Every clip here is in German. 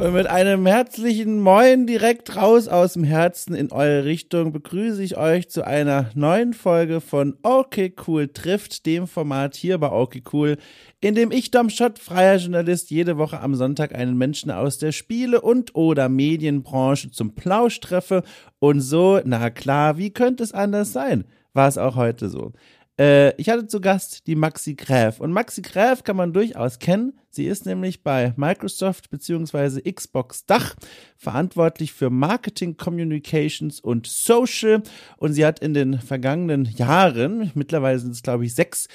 Und mit einem herzlichen Moin direkt raus aus dem Herzen in eure Richtung begrüße ich euch zu einer neuen Folge von Okay Cool trifft, dem Format hier bei Okay Cool, in dem ich, Dom Schott, freier Journalist, jede Woche am Sonntag einen Menschen aus der Spiele- und oder Medienbranche zum Plausch treffe. Und so, na klar, wie könnte es anders sein? War es auch heute so. Ich hatte zu Gast die Maxi Gräf. Und Maxi Gräf kann man durchaus kennen. Sie ist nämlich bei Microsoft bzw. Xbox Dach verantwortlich für Marketing, Communications und Social. Und sie hat in den vergangenen Jahren, mittlerweile sind es glaube ich 6,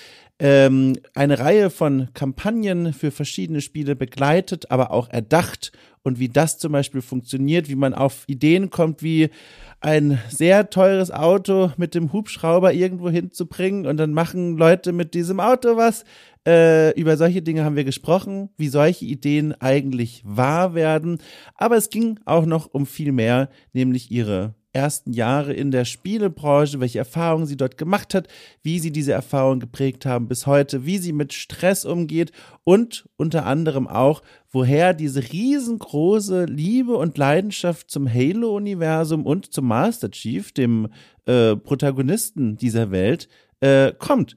eine Reihe von Kampagnen für verschiedene Spiele begleitet, aber auch erdacht. Und wie das zum Beispiel funktioniert, wie man auf Ideen kommt, wie ein sehr teures Auto mit dem Hubschrauber irgendwo hinzubringen und dann machen Leute mit diesem Auto was. Über solche Dinge haben wir gesprochen, wie solche Ideen eigentlich wahr werden. Aber es ging auch noch um viel mehr, nämlich ihre ersten Jahre in der Spielebranche, welche Erfahrungen sie dort gemacht hat, wie sie diese Erfahrungen geprägt haben bis heute, wie sie mit Stress umgeht und unter anderem auch, woher diese riesengroße Liebe und Leidenschaft zum Halo-Universum und zum Master Chief, dem Protagonisten dieser Welt, kommt.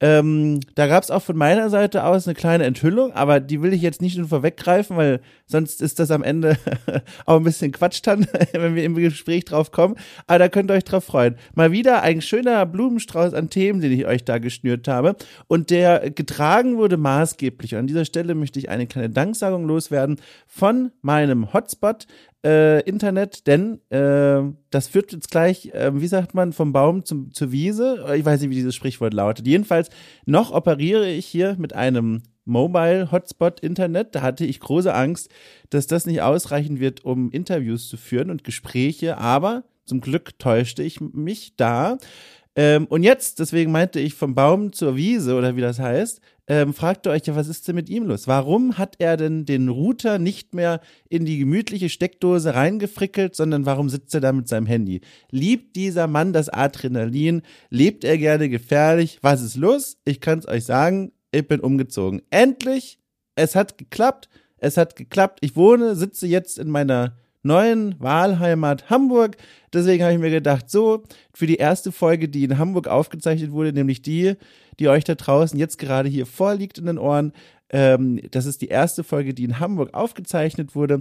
Da gab es auch von meiner Seite aus eine kleine Enthüllung, aber die will ich jetzt nicht nur vorweggreifen, weil sonst ist das am Ende auch ein bisschen Quatsch dann, wenn wir im Gespräch drauf kommen. Aber da könnt ihr euch drauf freuen. Mal wieder ein schöner Blumenstrauß an Themen, den ich euch da geschnürt habe und der getragen wurde maßgeblich. Und an dieser Stelle möchte ich eine kleine Danksagung loswerden von meinem Hotspot, Internet, denn das führt jetzt gleich, wie sagt man, vom Baum zur Wiese. Ich weiß nicht, wie dieses Sprichwort lautet. Jedenfalls, noch operiere ich hier mit einem Mobile-Hotspot-Internet. Da hatte ich große Angst, dass das nicht ausreichen wird, um Interviews zu führen und Gespräche. Aber zum Glück täuschte ich mich da. Und jetzt, deswegen meinte ich vom Baum zur Wiese oder wie das heißt, fragt ihr euch ja, was ist denn mit ihm los? Warum hat er denn den Router nicht mehr in die gemütliche Steckdose reingefrickelt, sondern warum sitzt er da mit seinem Handy? Liebt dieser Mann das Adrenalin? Lebt er gerne gefährlich? Was ist los? Ich kann es euch sagen, ich bin umgezogen. Endlich, es hat geklappt. Ich sitze jetzt in meiner neuen Wahlheimat Hamburg. Deswegen habe ich mir gedacht, so, für die erste Folge, die in Hamburg aufgezeichnet wurde, nämlich die euch da draußen jetzt gerade hier vorliegt in den Ohren, das ist die erste Folge, die in Hamburg aufgezeichnet wurde.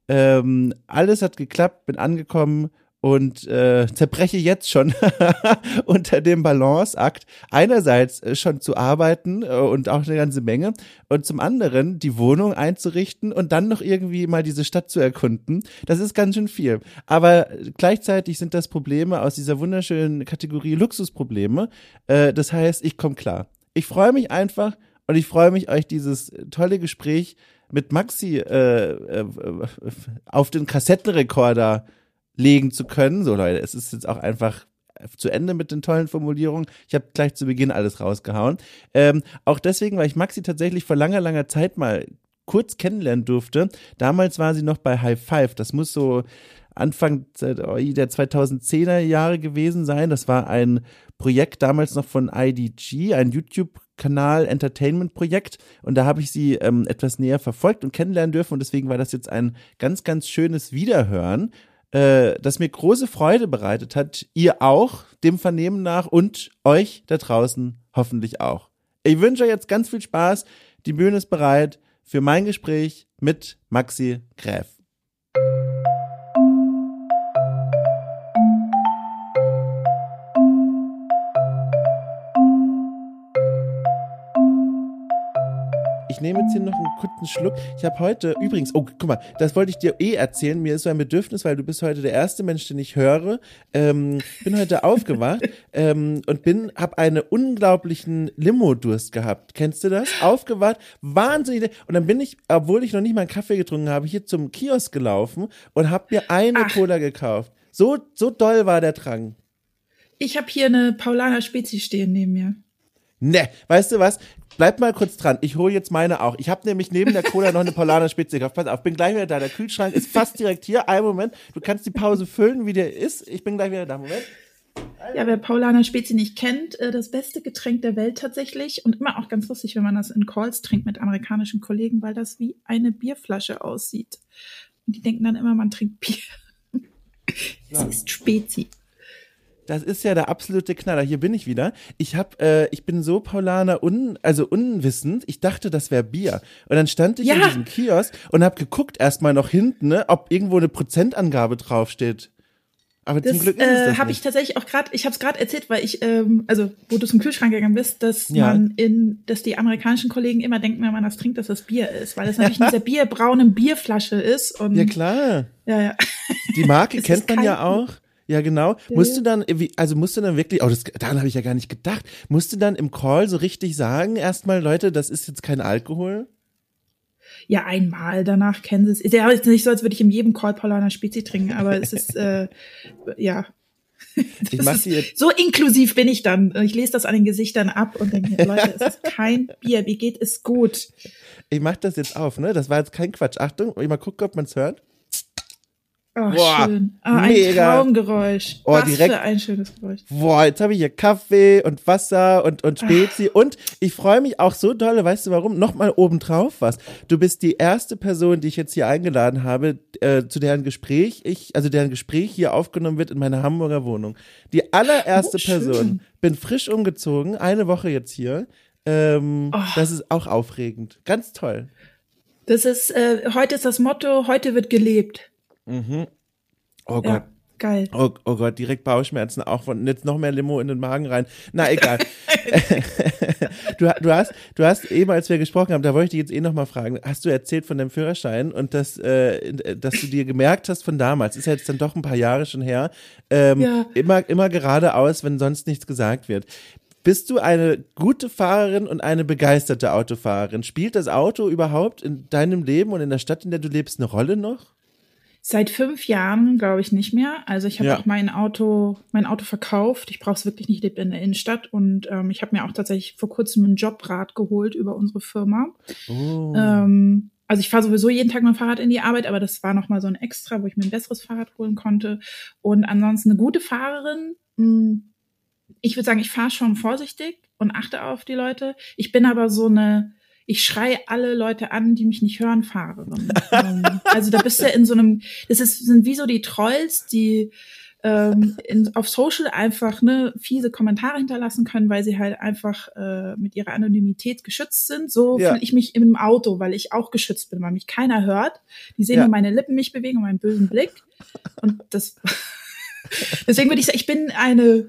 Alles hat geklappt, bin angekommen und zerbreche jetzt schon unter dem Balanceakt, einerseits schon zu arbeiten und auch eine ganze Menge und zum anderen die Wohnung einzurichten und dann noch irgendwie mal diese Stadt zu erkunden. Das ist ganz schön viel. Aber gleichzeitig sind das Probleme aus dieser wunderschönen Kategorie Luxusprobleme. Das heißt, ich komme klar. Ich freue mich einfach und ich freue mich, euch dieses tolle Gespräch mit Maxi auf den Kassettenrekorder legen zu können. So Leute, es ist jetzt auch einfach zu Ende mit den tollen Formulierungen. Ich habe gleich zu Beginn alles rausgehauen. Auch deswegen, weil ich Maxi tatsächlich vor langer, langer Zeit mal kurz kennenlernen durfte. Damals war sie noch bei High Five. Das muss so Anfang der 2010er Jahre gewesen sein. Das war ein Projekt damals noch von IDG, ein YouTube-Kanal, Entertainment-Projekt. Und da habe ich sie etwas näher verfolgt und kennenlernen dürfen. Und deswegen war das jetzt ein ganz, ganz schönes Wiederhören, das mir große Freude bereitet hat, ihr auch, dem Vernehmen nach und euch da draußen hoffentlich auch. Ich wünsche euch jetzt ganz viel Spaß. Die Bühne ist bereit für mein Gespräch mit Maxi Gräf. Ich nehme jetzt hier noch einen kurzen Schluck. Ich habe heute übrigens, oh, guck mal, das wollte ich dir erzählen. Mir ist so ein Bedürfnis, weil du bist heute der erste Mensch, den ich höre. Bin heute aufgewacht und habe einen unglaublichen Limo-Durst gehabt. Kennst du das? Aufgewacht, wahnsinnig. Und dann bin ich, obwohl ich noch nicht mal einen Kaffee getrunken habe, hier zum Kiosk gelaufen und habe mir eine Cola gekauft. So doll war der Drang. Ich habe hier eine Paulaner Spezi stehen neben mir. Ne, weißt du was? Bleib mal kurz dran. Ich hole jetzt meine auch. Ich habe nämlich neben der Cola noch eine Paulaner Spezi gekauft. Pass auf, bin gleich wieder da. Der Kühlschrank ist fast direkt hier. Einen Moment. Du kannst die Pause füllen, wie der ist. Ich bin gleich wieder da. Moment. Ja, wer Paulaner Spezi nicht kennt, das beste Getränk der Welt tatsächlich und immer auch ganz lustig, wenn man das in Calls trinkt mit amerikanischen Kollegen, weil das wie eine Bierflasche aussieht. Und die denken dann immer, man trinkt Bier. Es ist Spezi. Das ist ja der absolute Knaller. Hier bin ich wieder. Ich bin so Paulaner unwissend. Ich dachte, das wäre Bier. Und dann stand ich in diesem Kiosk und habe geguckt erstmal noch hinten, ne, ob irgendwo eine Prozentangabe draufsteht. Aber zum Glück ist es das habe ich tatsächlich auch gerade, ich habe es gerade erzählt, weil ich, wo du zum Kühlschrank gegangen bist, dass dass die amerikanischen Kollegen immer denken, wenn man das trinkt, dass das Bier ist, weil das natürlich in dieser bierbraunen Bierflasche ist. Und ja, klar. Ja. Die Marke kennt man ja auch. Ja, genau. Ja. Musst du dann wirklich, daran habe ich ja gar nicht gedacht, musst du dann im Call so richtig sagen, erstmal, Leute, das ist jetzt kein Alkohol? Ja, einmal, danach kennen sie es. Ist ja nicht so, als würde ich in jedem Call Paulaner Spezi trinken, aber es ist, ja. So inklusiv bin ich dann. Ich lese das an den Gesichtern ab und denke, Leute, es ist kein Bier, wie geht es gut? Ich mach das jetzt auf, ne? Das war jetzt kein Quatsch. Achtung, ich mal gucken, ob man es hört. Oh, boah, schön. Ein Traumgeräusch. Was direkt, für ein schönes Geräusch. Boah, jetzt habe ich hier Kaffee und Wasser und Spezi. Und ich freue mich auch so dolle, weißt du warum? Nochmal obendrauf was. Du bist die erste Person, die ich jetzt hier eingeladen habe, zu deren Gespräch hier aufgenommen wird in meiner Hamburger Wohnung. Die allererste Person. Bin frisch umgezogen, eine Woche jetzt hier. Das ist auch aufregend. Ganz toll. Das ist, heute ist das Motto, heute wird gelebt. Mhm. Oh Gott. Ja, geil. Oh Gott, direkt Bauchschmerzen auch von jetzt noch mehr Limo in den Magen rein. Na, egal. Du hast eben, als wir gesprochen haben, da wollte ich dich jetzt noch mal fragen, hast du erzählt von deinem Führerschein und dass du dir gemerkt hast von damals, ist ja jetzt dann doch ein paar Jahre schon her, immer geradeaus, wenn sonst nichts gesagt wird. Bist du eine gute Fahrerin und eine begeisterte Autofahrerin? Spielt das Auto überhaupt in deinem Leben und in der Stadt, in der du lebst, eine Rolle noch? Seit 5 Jahren glaube ich nicht mehr. Also ich habe auch mein Auto verkauft. Ich brauche es wirklich nicht, ich lebe in der Innenstadt. Und ich habe mir auch tatsächlich vor kurzem ein Jobrad geholt über unsere Firma. Oh. Also ich fahre sowieso jeden Tag mit dem Fahrrad in die Arbeit, aber das war nochmal so ein Extra, wo ich mir ein besseres Fahrrad holen konnte. Und ansonsten eine gute Fahrerin. Ich würde sagen, ich fahre schon vorsichtig und achte auf die Leute. Ich bin aber ich schreie alle Leute an, die mich nicht hören, Fahrerin. Also da bist du in so einem, sind wie so die Trolls, die auf Social einfach fiese Kommentare hinterlassen können, weil sie halt einfach mit ihrer Anonymität geschützt sind. So fühle ich mich im Auto, weil ich auch geschützt bin, weil mich keiner hört. Die sehen nur meine Lippen mich bewegen und meinen bösen Blick. Und deswegen würde ich sagen, ich bin eine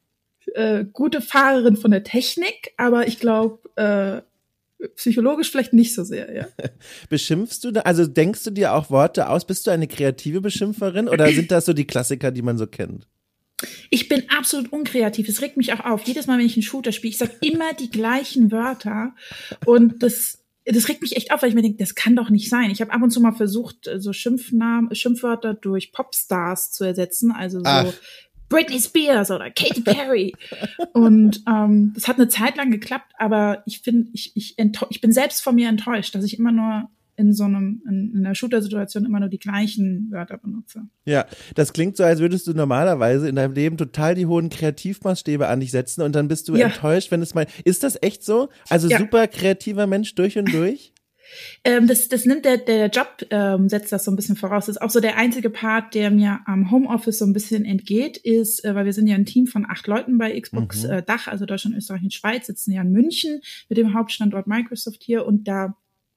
gute Fahrerin von der Technik, aber ich glaube, psychologisch vielleicht nicht so sehr, ja. Beschimpfst du da, also denkst du dir auch Worte aus? Bist du eine kreative Beschimpferin oder sind das so die Klassiker, die man so kennt? Ich bin absolut unkreativ. Es regt mich auch auf. Jedes Mal, wenn ich einen Shooter spiele, ich sage immer die gleichen Wörter und das regt mich echt auf, weil ich mir denke, das kann doch nicht sein. Ich habe ab und zu mal versucht, so Schimpfwörter durch Popstars zu ersetzen, also so Britney Spears oder Katy Perry. Und das hat eine Zeit lang geklappt, aber ich finde, ich bin selbst von mir enttäuscht, dass ich immer nur in einer Shooter-Situation immer nur die gleichen Wörter benutze. Ja, das klingt so, als würdest du normalerweise in deinem Leben total die hohen Kreativmaßstäbe an dich setzen und dann bist du enttäuscht, wenn es mal, ist das echt so? Also super kreativer Mensch durch und durch? Das nimmt der Job, setzt das so ein bisschen voraus. Das ist auch so der einzige Part, der mir am Homeoffice so ein bisschen entgeht, ist, weil wir sind ja ein Team von 8 Leuten bei Xbox Dach, also Deutschland, Österreich und Schweiz, sitzen ja in München mit dem Hauptstandort Microsoft hier und da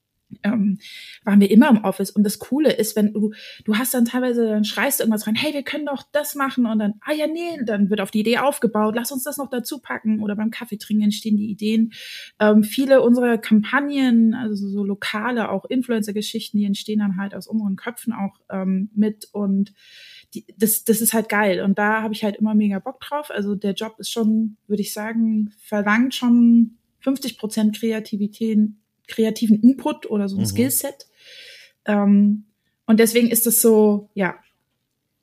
waren wir immer im Office. Und das Coole ist, wenn du hast dann teilweise, dann schreist du irgendwas rein, hey, wir können doch das machen und dann, dann wird auf die Idee aufgebaut, lass uns das noch dazu packen oder beim Kaffee trinken entstehen die Ideen. Viele unserer Kampagnen, also so lokale, auch Influencer-Geschichten, die entstehen dann halt aus unseren Köpfen auch mit und das ist halt geil und da habe ich halt immer mega Bock drauf. Also der Job ist schon, würde ich sagen, verlangt schon 50% kreativen Input oder so ein Skillset. Und deswegen ist es so,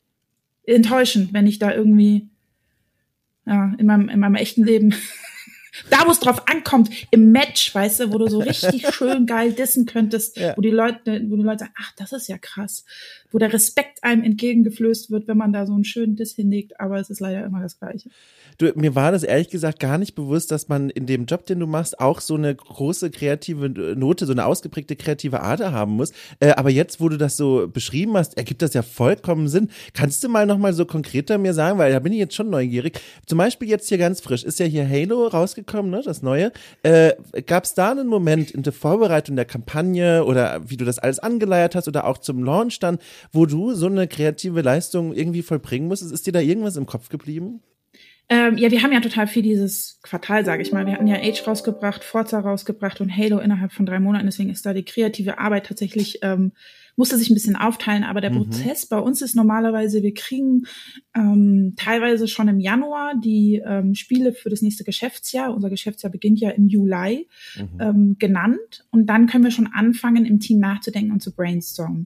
enttäuschend, wenn ich da irgendwie in meinem echten Leben Da, wo es drauf ankommt, im Match, weißt du, wo du so richtig schön geil dissen könntest, wo die Leute sagen, ach, das ist ja krass. Wo der Respekt einem entgegengeflößt wird, wenn man da so einen schönen Diss hinlegt, aber es ist leider immer das Gleiche. Du, mir war das ehrlich gesagt gar nicht bewusst, dass man in dem Job, den du machst, auch so eine große kreative Note, so eine ausgeprägte kreative Ader haben muss. Aber jetzt, wo du das so beschrieben hast, ergibt das ja vollkommen Sinn. Kannst du mal nochmal so konkreter mir sagen, weil da bin ich jetzt schon neugierig. Zum Beispiel jetzt hier ganz frisch, ist ja hier Halo rausgekommen, ne, das Neue. Gab es da einen Moment in der Vorbereitung der Kampagne oder wie du das alles angeleiert hast oder auch zum Launch dann, wo du so eine kreative Leistung irgendwie vollbringen musstest? Ist dir da irgendwas im Kopf geblieben? Ja, wir haben ja total viel dieses Quartal, sage ich mal. Wir hatten ja Age rausgebracht, Forza rausgebracht und Halo innerhalb von 3 Monaten. Deswegen ist da die kreative Arbeit tatsächlich, musste sich ein bisschen aufteilen. Aber der Prozess bei uns ist normalerweise, wir kriegen teilweise schon im Januar die Spiele für das nächste Geschäftsjahr. Unser Geschäftsjahr beginnt ja im Juli, genannt. Und dann können wir schon anfangen, im Team nachzudenken und zu brainstormen.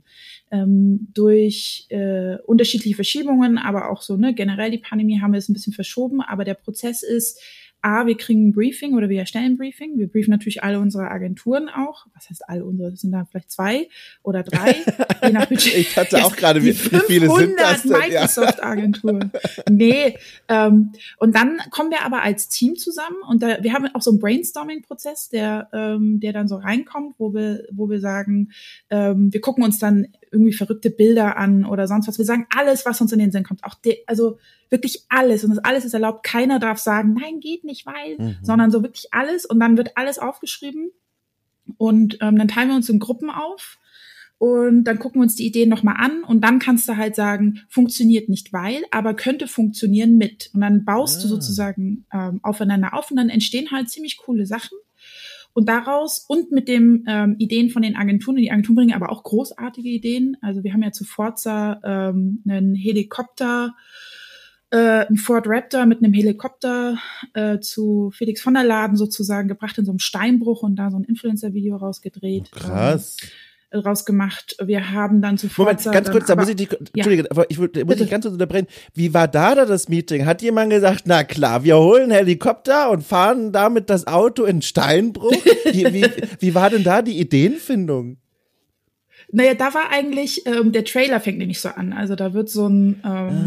Durch unterschiedliche Verschiebungen, aber auch so, ne, generell die Pandemie haben wir es ein bisschen verschoben, aber der Prozess ist, wir kriegen ein Briefing oder wir erstellen ein Briefing. Wir briefen natürlich alle unsere Agenturen auch. Was heißt alle unsere? Das sind da vielleicht 2 oder 3, je nach Budget. Ich hatte auch gerade, wie viele sind das denn? Microsoft-Agenturen. Nee, und dann kommen wir aber als Team zusammen und wir haben auch so einen Brainstorming-Prozess, der dann so reinkommt, wo wir sagen, wir gucken uns dann irgendwie verrückte Bilder an oder sonst was. Wir sagen alles, was uns in den Sinn kommt. Auch also wirklich alles. Und das alles ist erlaubt. Keiner darf sagen, nein, geht nicht, weil, sondern so wirklich alles. Und dann wird alles aufgeschrieben. Und dann teilen wir uns in Gruppen auf. Und dann gucken wir uns die Ideen nochmal an. Und dann kannst du halt sagen, funktioniert nicht, weil, aber könnte funktionieren mit. Und dann baust du sozusagen aufeinander auf. Und dann entstehen halt ziemlich coole Sachen. Und daraus und mit dem Ideen von den Agenturen, die Agenturen bringen aber auch großartige Ideen. Also wir haben ja zu Forza einen Helikopter, ein Ford Raptor mit einem Helikopter zu Felix von der Laden sozusagen gebracht in so einem Steinbruch und da so ein Influencer-Video rausgedreht. Krass. Rausgemacht. Wir haben dann zu Forza... Moment, ganz kurz, da muss ich dich, Entschuldige, aber muss ich ganz kurz unterbrechen. Wie war da das Meeting? Hat jemand gesagt, na klar, wir holen einen Helikopter und fahren damit das Auto in Steinbruch? Wie war denn da die Ideenfindung? Naja, da war eigentlich, der Trailer fängt nämlich so an. Also da wird so ein,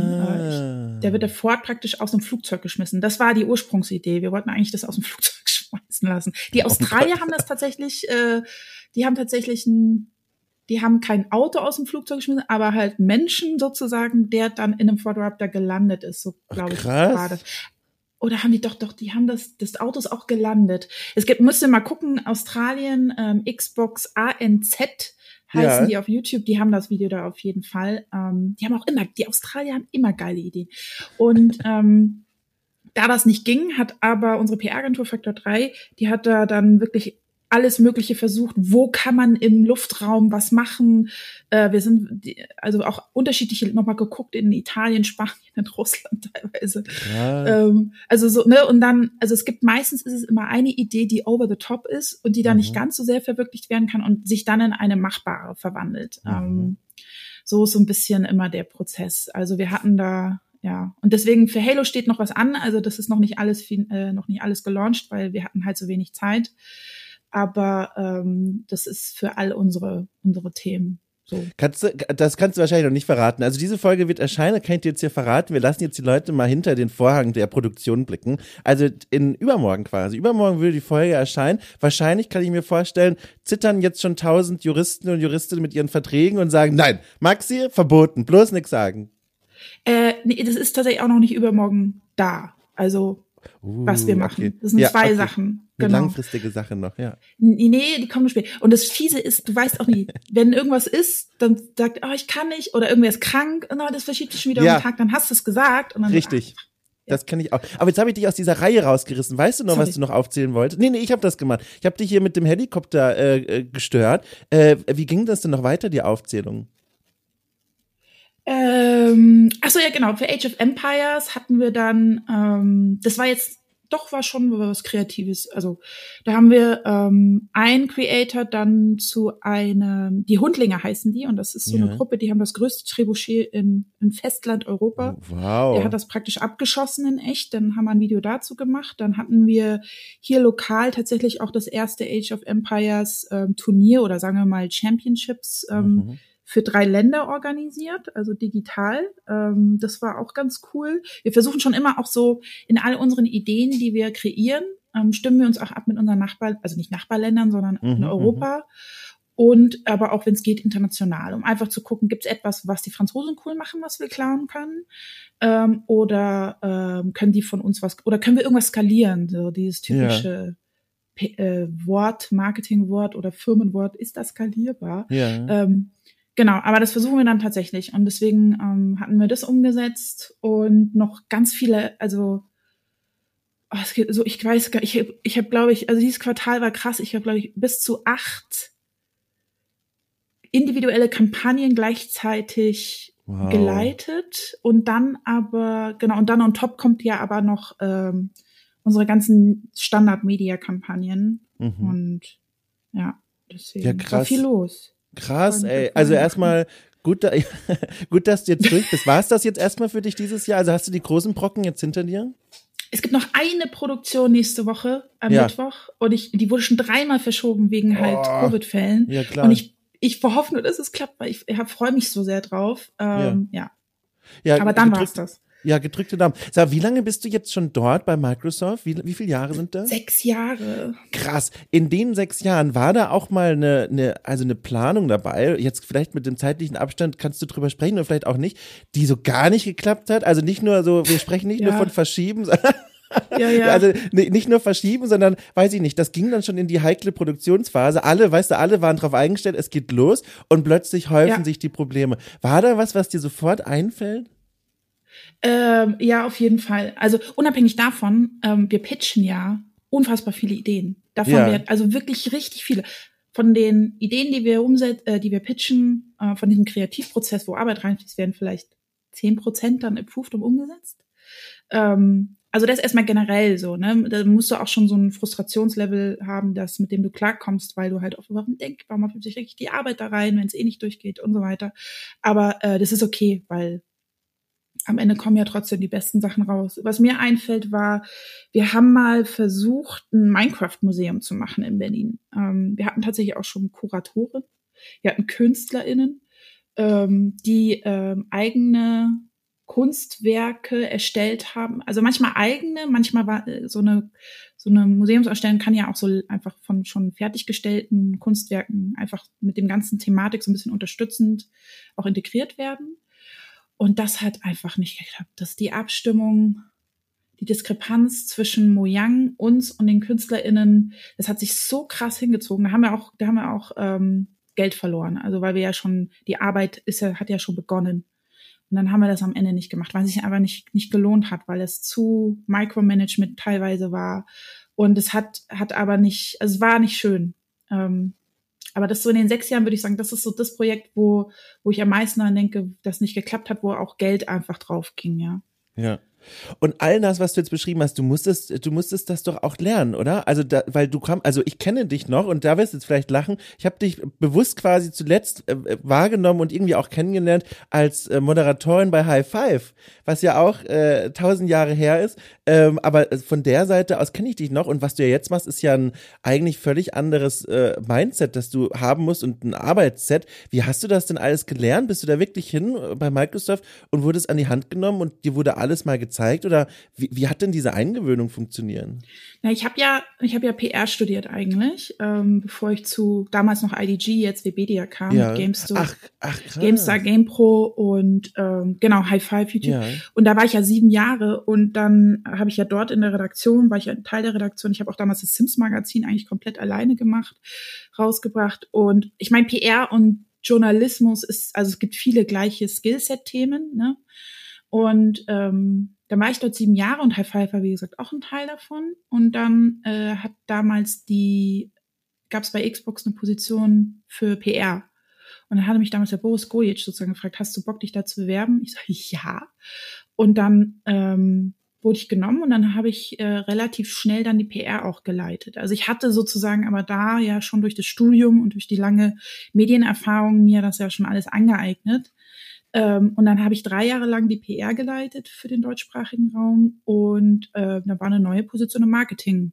da wird der Ford praktisch aus dem Flugzeug geschmissen. Das war die Ursprungsidee. Wir wollten eigentlich das aus dem Flugzeug schmeißen lassen. Die Australier haben das tatsächlich, die haben kein Auto aus dem Flugzeug geschmissen, aber halt Menschen sozusagen, der dann in einem Ford Raptor gelandet ist. So glaube ich gerade. Oder haben die doch, die haben das Auto ist auch gelandet. Müsst ihr mal gucken, Australien, Xbox ANZ heißen die auf YouTube, die haben das Video da auf jeden Fall. Die Australier haben immer geile Ideen. Und da das nicht ging, hat aber unsere PR-Agentur Faktor 3, die hat da dann wirklich alles Mögliche versucht. Wo kann man im Luftraum was machen? Wir sind also auch unterschiedliche nochmal geguckt in Italien, Spanien, in Russland teilweise. Also so, ne, und dann, also meistens ist es immer eine Idee, die over the top ist und die dann nicht ganz so sehr verwirklicht werden kann und sich dann in eine machbare verwandelt. So ist so ein bisschen immer der Prozess. Also wir hatten da, ja, und deswegen für Halo steht noch was an. Also das ist noch nicht alles gelauncht, weil wir hatten halt so wenig Zeit. Aber das ist für all unsere Themen so. Das kannst du wahrscheinlich noch nicht verraten. Also diese Folge wird erscheinen, kann ich dir jetzt hier verraten. Wir lassen jetzt die Leute mal hinter den Vorhang der Produktion blicken. Also übermorgen quasi. Übermorgen würde die Folge erscheinen. Wahrscheinlich kann ich mir vorstellen, zittern jetzt schon 1000 Juristen und Juristinnen mit ihren Verträgen und sagen, nein, Maxi, verboten, bloß nichts sagen. Nee, das ist tatsächlich auch noch nicht übermorgen da. Also was wir machen. Okay. Das sind 2 Sachen. Eine langfristige Sache noch, ja. Nee, die kommen nur spät. Und das Fiese ist, du weißt auch nie, wenn irgendwas ist, dann sagt, ich kann nicht, oder irgendwer ist krank, das verschiebt sich schon wieder um den Tag, dann hast du es gesagt. Und dann richtig. Das kann ich auch. Aber jetzt habe ich dich aus dieser Reihe rausgerissen. Weißt du noch, was du noch aufzählen wolltest? Nee, ich habe das gemacht. Ich habe dich hier mit dem Helikopter gestört. Wie ging das denn noch weiter, die Aufzählung? Achso, ja genau, für Age of Empires hatten wir dann, das war jetzt doch war schon was Kreatives. Also da haben wir einen Creator dann zu einem, die Hundlinge heißen die, und das ist so eine Gruppe, die haben das größte Trebuchet in Festland Europa. Wow. Der hat das praktisch abgeschossen in echt, dann haben wir ein Video dazu gemacht. Dann hatten wir hier lokal tatsächlich auch das erste Age of Empires Turnier oder sagen wir mal Championships für 3 Länder organisiert, also digital. Das war auch ganz cool. Wir versuchen schon immer auch so in all unseren Ideen, die wir kreieren, stimmen wir uns auch ab mit unseren Nachbarn, also nicht Nachbarländern, sondern in Europa. Und aber auch, wenn es geht, international, um einfach zu gucken, gibt es etwas, was die Franzosen cool machen, was wir klauen können? Oder können die von uns was, oder können wir irgendwas skalieren? So dieses typische Wort, Marketingwort oder Firmenwort, ist das skalierbar? Ja. Genau, aber das versuchen wir dann tatsächlich. Und deswegen hatten wir das umgesetzt und noch ganz viele, also es geht so, ich weiß gar nicht, ich habe, glaube ich, also dieses Quartal war krass, ich habe, glaube ich, bis zu 8 individuelle Kampagnen gleichzeitig geleitet und dann aber, genau, und dann on top kommt ja aber noch unsere ganzen Standard-Media-Kampagnen und ja, deswegen war viel los. Krass, ey. Also erstmal gut, gut, dass du jetzt durch bist. War es das jetzt erstmal für dich dieses Jahr? Also hast du die großen Brocken jetzt hinter dir? Es gibt noch eine Produktion nächste Woche am Mittwoch und die wurde schon 3-mal verschoben wegen halt Covid-Fällen. Ja, klar. Und ich hoffe nur, dass es klappt, weil ich freue mich so sehr drauf. Ja, aber dann war's das. Ja, gedrückte Daumen. Sag, wie lange bist du jetzt schon dort bei Microsoft? Wie viele Jahre sind das? 6 Jahre. Krass. In den 6 Jahren war da auch mal eine Planung dabei, jetzt vielleicht mit dem zeitlichen Abstand kannst du drüber sprechen oder vielleicht auch nicht, die so gar nicht geklappt hat? Also nicht nur so, wir sprechen nicht nur von Verschieben, sondern also nicht nur verschieben, sondern, weiß ich nicht, das ging dann schon in die heikle Produktionsphase. Alle waren drauf eingestellt, es geht los und plötzlich häufen sich die Probleme. War da was dir sofort einfällt? Ja, auf jeden Fall. Also unabhängig davon, wir pitchen ja unfassbar viele Ideen. Davon also wirklich richtig viele. Von den Ideen, die wir pitchen, von diesem Kreativprozess, wo Arbeit reinfließt, werden vielleicht 10% dann approved und umgesetzt. Also das ist erstmal generell so, ne? Da musst du auch schon so ein Frustrationslevel haben, mit dem du klarkommst, weil du halt oft, warum macht sich richtig die Arbeit da rein, wenn es eh nicht durchgeht und so weiter. Aber das ist okay, weil am Ende kommen ja trotzdem die besten Sachen raus. Was mir einfällt war, wir haben mal versucht, ein Minecraft-Museum zu machen in Berlin. Wir hatten tatsächlich auch schon Kuratoren, wir hatten KünstlerInnen, die eigene Kunstwerke erstellt haben. Also manchmal eigene, manchmal war so eine Museumsausstellung kann ja auch so einfach von schon fertiggestellten Kunstwerken einfach mit dem ganzen Thematik so ein bisschen unterstützend auch integriert werden. Und das hat einfach nicht geklappt. Dass die Abstimmung, die Diskrepanz zwischen Mojang, uns und den KünstlerInnen, das hat sich so krass hingezogen. Da haben wir auch Geld verloren. Also weil wir ja schon, die Arbeit hat ja schon begonnen. Und dann haben wir das am Ende nicht gemacht, weil es sich aber nicht gelohnt hat, weil es zu Micromanagement teilweise war. Und es hat aber nicht, also es war nicht schön. Aber das so in den 6 Jahren würde ich sagen, das ist so das Projekt, wo ich am meisten daran denke, das nicht geklappt hat, wo auch Geld einfach drauf ging, ja. Ja. Und all das, was du jetzt beschrieben hast, du musstest das doch auch lernen, oder? Also also ich kenne dich noch und da wirst du jetzt vielleicht lachen. Ich habe dich bewusst quasi zuletzt wahrgenommen und irgendwie auch kennengelernt als Moderatorin bei High Five, was ja auch 1000 Jahre her ist. Aber von der Seite aus kenne ich dich noch und was du ja jetzt machst, ist ja ein eigentlich völlig anderes Mindset, das du haben musst und ein Arbeitsset. Wie hast du das denn alles gelernt? Bist du da wirklich hin bei Microsoft und wurdest an die Hand genommen und dir wurde alles mal gezeigt oder wie hat denn diese Eingewöhnung funktioniert? Ja, ich habe ja PR studiert eigentlich, bevor ich zu damals noch IDG, jetzt Webedia kam, mit GameStar, GameStar, GamePro und genau, High Five, YouTube. Ja. Und da war ich ja 7 Jahre und dann habe ich ja dort in der Redaktion, war ich ja Teil der Redaktion. Ich habe auch damals das Sims-Magazin eigentlich komplett alleine rausgebracht. Und ich meine, PR und Journalismus also es gibt viele gleiche Skillset-Themen, ne? Und dann war ich dort 7 Jahre und High Five war, wie gesagt, auch ein Teil davon. Und dann hat damals gab es bei Xbox eine Position für PR. Und dann hatte mich damals der Boris Gojic sozusagen gefragt, hast du Bock, dich da zu bewerben? Ich sage, ja. Und dann wurde ich genommen und dann habe ich relativ schnell dann die PR auch geleitet. Also ich hatte sozusagen aber da ja schon durch das Studium und durch die lange Medienerfahrung mir das ja schon alles angeeignet. Und dann habe ich 3 Jahre lang die PR geleitet für den deutschsprachigen Raum und da war eine neue Position im Marketing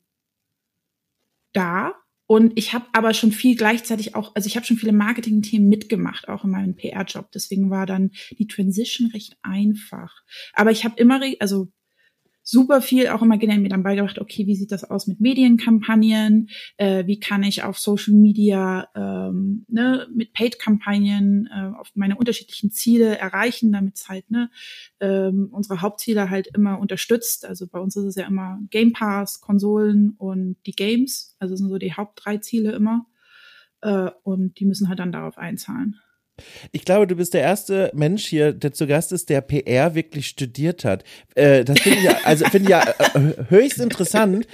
da. Und ich habe aber schon viel gleichzeitig auch, also ich habe schon viele Marketing-Themen mitgemacht, auch in meinem PR-Job. Deswegen war dann die Transition recht einfach. Aber ich habe immer, also super viel auch immer mir dann beigebracht, okay, wie sieht das aus mit Medienkampagnen, wie kann ich auf Social Media mit Paid-Kampagnen auf meine unterschiedlichen Ziele erreichen, damit es halt unsere Hauptziele halt immer unterstützt. Also bei uns ist es ja immer Game Pass, Konsolen und die Games, also das sind so die Haupt 3 Ziele immer und die müssen halt dann darauf einzahlen. Ich glaube, du bist der erste Mensch hier, der zu Gast ist, der PR wirklich studiert hat. Das finde ich finde ich höchst interessant.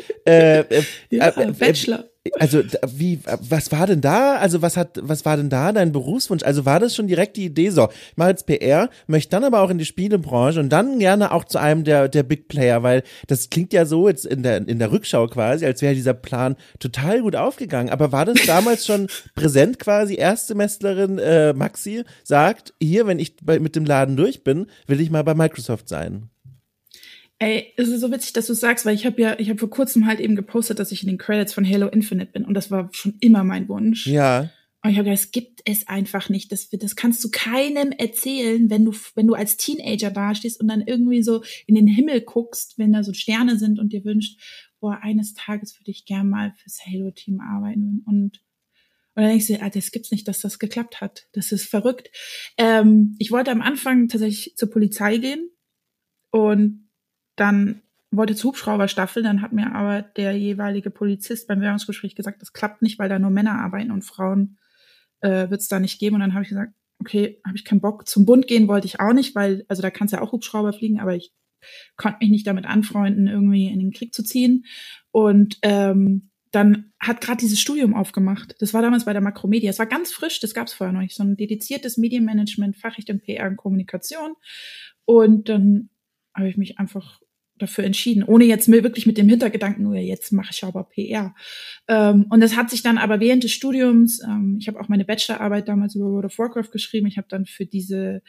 Bachelor. Also was war denn da? Also was war denn da dein Berufswunsch? Also war das schon direkt die Idee, so, ich mache jetzt PR, möchte dann aber auch in die Spielebranche und dann gerne auch zu einem der Big Player, weil das klingt ja so jetzt in der Rückschau quasi, als wäre dieser Plan total gut aufgegangen. Aber war das damals schon präsent quasi? Erstsemesterin Maxi sagt, hier, wenn ich mit dem Laden durch bin, will ich mal bei Microsoft sein. Ey, es ist so witzig, dass du sagst, weil ich habe vor kurzem halt eben gepostet, dass ich in den Credits von Halo Infinite bin und das war schon immer mein Wunsch. Ja. Und ich habe gedacht, es gibt es einfach nicht. Das kannst du keinem erzählen, wenn du als Teenager dastehst und dann irgendwie so in den Himmel guckst, wenn da so Sterne sind und dir wünscht, boah, eines Tages würde ich gern mal fürs Halo-Team arbeiten. Und dann denkst du, das gibt's nicht, dass das geklappt hat. Das ist verrückt. Ich wollte am Anfang tatsächlich zur Polizei gehen und dann wollte zur Hubschrauberstaffel, dann hat mir aber der jeweilige Polizist beim Bewerbungsgespräch gesagt, das klappt nicht, weil da nur Männer arbeiten und Frauen wird's da nicht geben. Und dann habe ich gesagt, okay, habe ich keinen Bock. Zum Bund gehen wollte ich auch nicht, weil, also da kannst du ja auch Hubschrauber fliegen, aber ich konnte mich nicht damit anfreunden, irgendwie in den Krieg zu ziehen. Und dann hat gerade dieses Studium aufgemacht. Das war damals bei der Makromedia. Es war ganz frisch, das gab's vorher noch nicht. So ein dediziertes Medienmanagement, Fachrichtung PR und Kommunikation. Und dann habe ich mich einfach dafür entschieden, ohne jetzt wirklich mit dem Hintergedanken, nur jetzt mache ich aber PR. Und das hat sich dann aber während des Studiums, ich habe auch meine Bachelorarbeit damals über World of Warcraft geschrieben, ich habe dann für diese,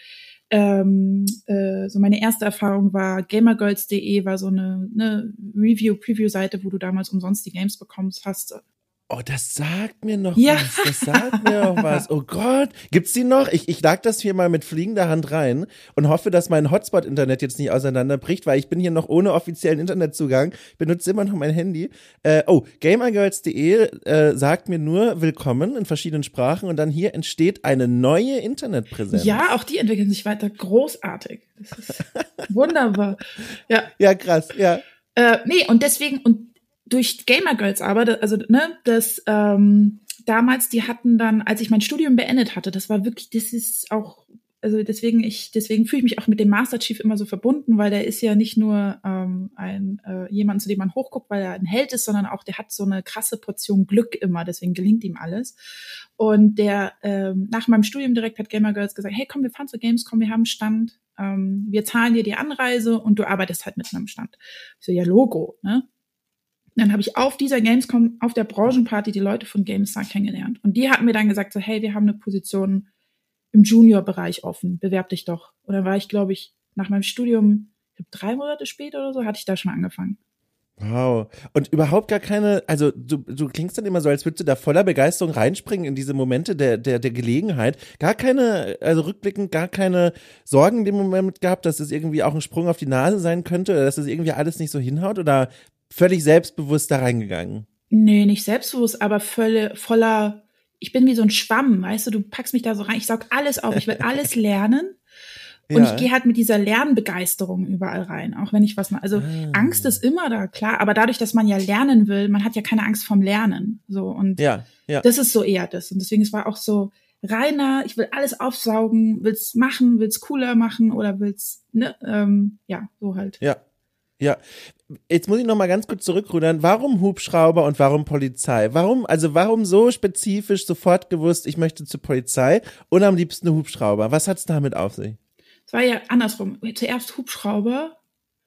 so meine erste Erfahrung war gamergirls.de, war so eine Preview-Seite, wo du damals umsonst die Games bekommst hast. Oh, das sagt mir noch Ja. was. Das sagt mir noch was. Oh Gott. Gibt's die noch? Ich lag das hier mal mit fliegender Hand rein und hoffe, dass mein Hotspot-Internet jetzt nicht auseinanderbricht, weil ich bin hier noch ohne offiziellen Internetzugang, benutze immer noch mein Handy. Gamergirls.de sagt mir nur willkommen in verschiedenen Sprachen und dann hier entsteht eine neue Internetpräsenz. Ja, auch die entwickeln sich weiter. Großartig. Das ist wunderbar. Ja. Ja, krass, ja. Und deswegen, und durch Gamergirls aber, damals, die hatten dann, als ich mein Studium beendet hatte, das war wirklich, das ist auch, also deswegen fühle ich mich auch mit dem Master Chief immer so verbunden, weil der ist ja nicht nur jemand, zu dem man hochguckt, weil er ein Held ist, sondern auch, der hat so eine krasse Portion Glück immer, deswegen gelingt ihm alles. Und der, nach meinem Studium direkt hat Gamergirls gesagt, hey, komm, wir fahren zur Gamescom, wir haben einen Stand, wir zahlen dir die Anreise und du arbeitest halt mit einem Stand. Ich so, ja, Logo, ne? Dann habe ich auf dieser Gamescom, auf der Branchenparty, die Leute von GameStar kennengelernt. Und die hatten mir dann gesagt, so, hey, wir haben eine Position im Junior-Bereich offen, bewerb dich doch. Und dann war ich, glaube ich, nach meinem Studium, 3 Monate später oder so, hatte ich da schon angefangen. Wow. Und überhaupt gar keine, also du klingst dann immer so, als würdest du da voller Begeisterung reinspringen in diese Momente der Gelegenheit. Gar keine, also rückblickend gar keine Sorgen in dem Moment gehabt, dass es irgendwie auch ein Sprung auf die Nase sein könnte oder dass es irgendwie alles nicht so hinhaut oder völlig selbstbewusst da reingegangen? Nee, nicht selbstbewusst, aber voller, ich bin wie so ein Schwamm, weißt du, du packst mich da so rein, ich saug alles auf, ich will alles lernen. Und ich gehe halt mit dieser Lernbegeisterung überall rein, auch wenn ich was mache. Also Angst ist immer da, klar, aber dadurch, dass man ja lernen will, man hat ja keine Angst vorm Lernen. So, und das ist so eher das. Und deswegen, es war auch so reiner, ich will alles aufsaugen, will's machen, will's cooler machen oder will's, so halt. Ja. Jetzt muss ich noch mal ganz kurz zurückrudern. Warum Hubschrauber und warum Polizei? Warum so spezifisch sofort gewusst, ich möchte zur Polizei und am liebsten eine Hubschrauber? Was hat's damit auf sich? Es war ja andersrum. Zuerst Hubschrauber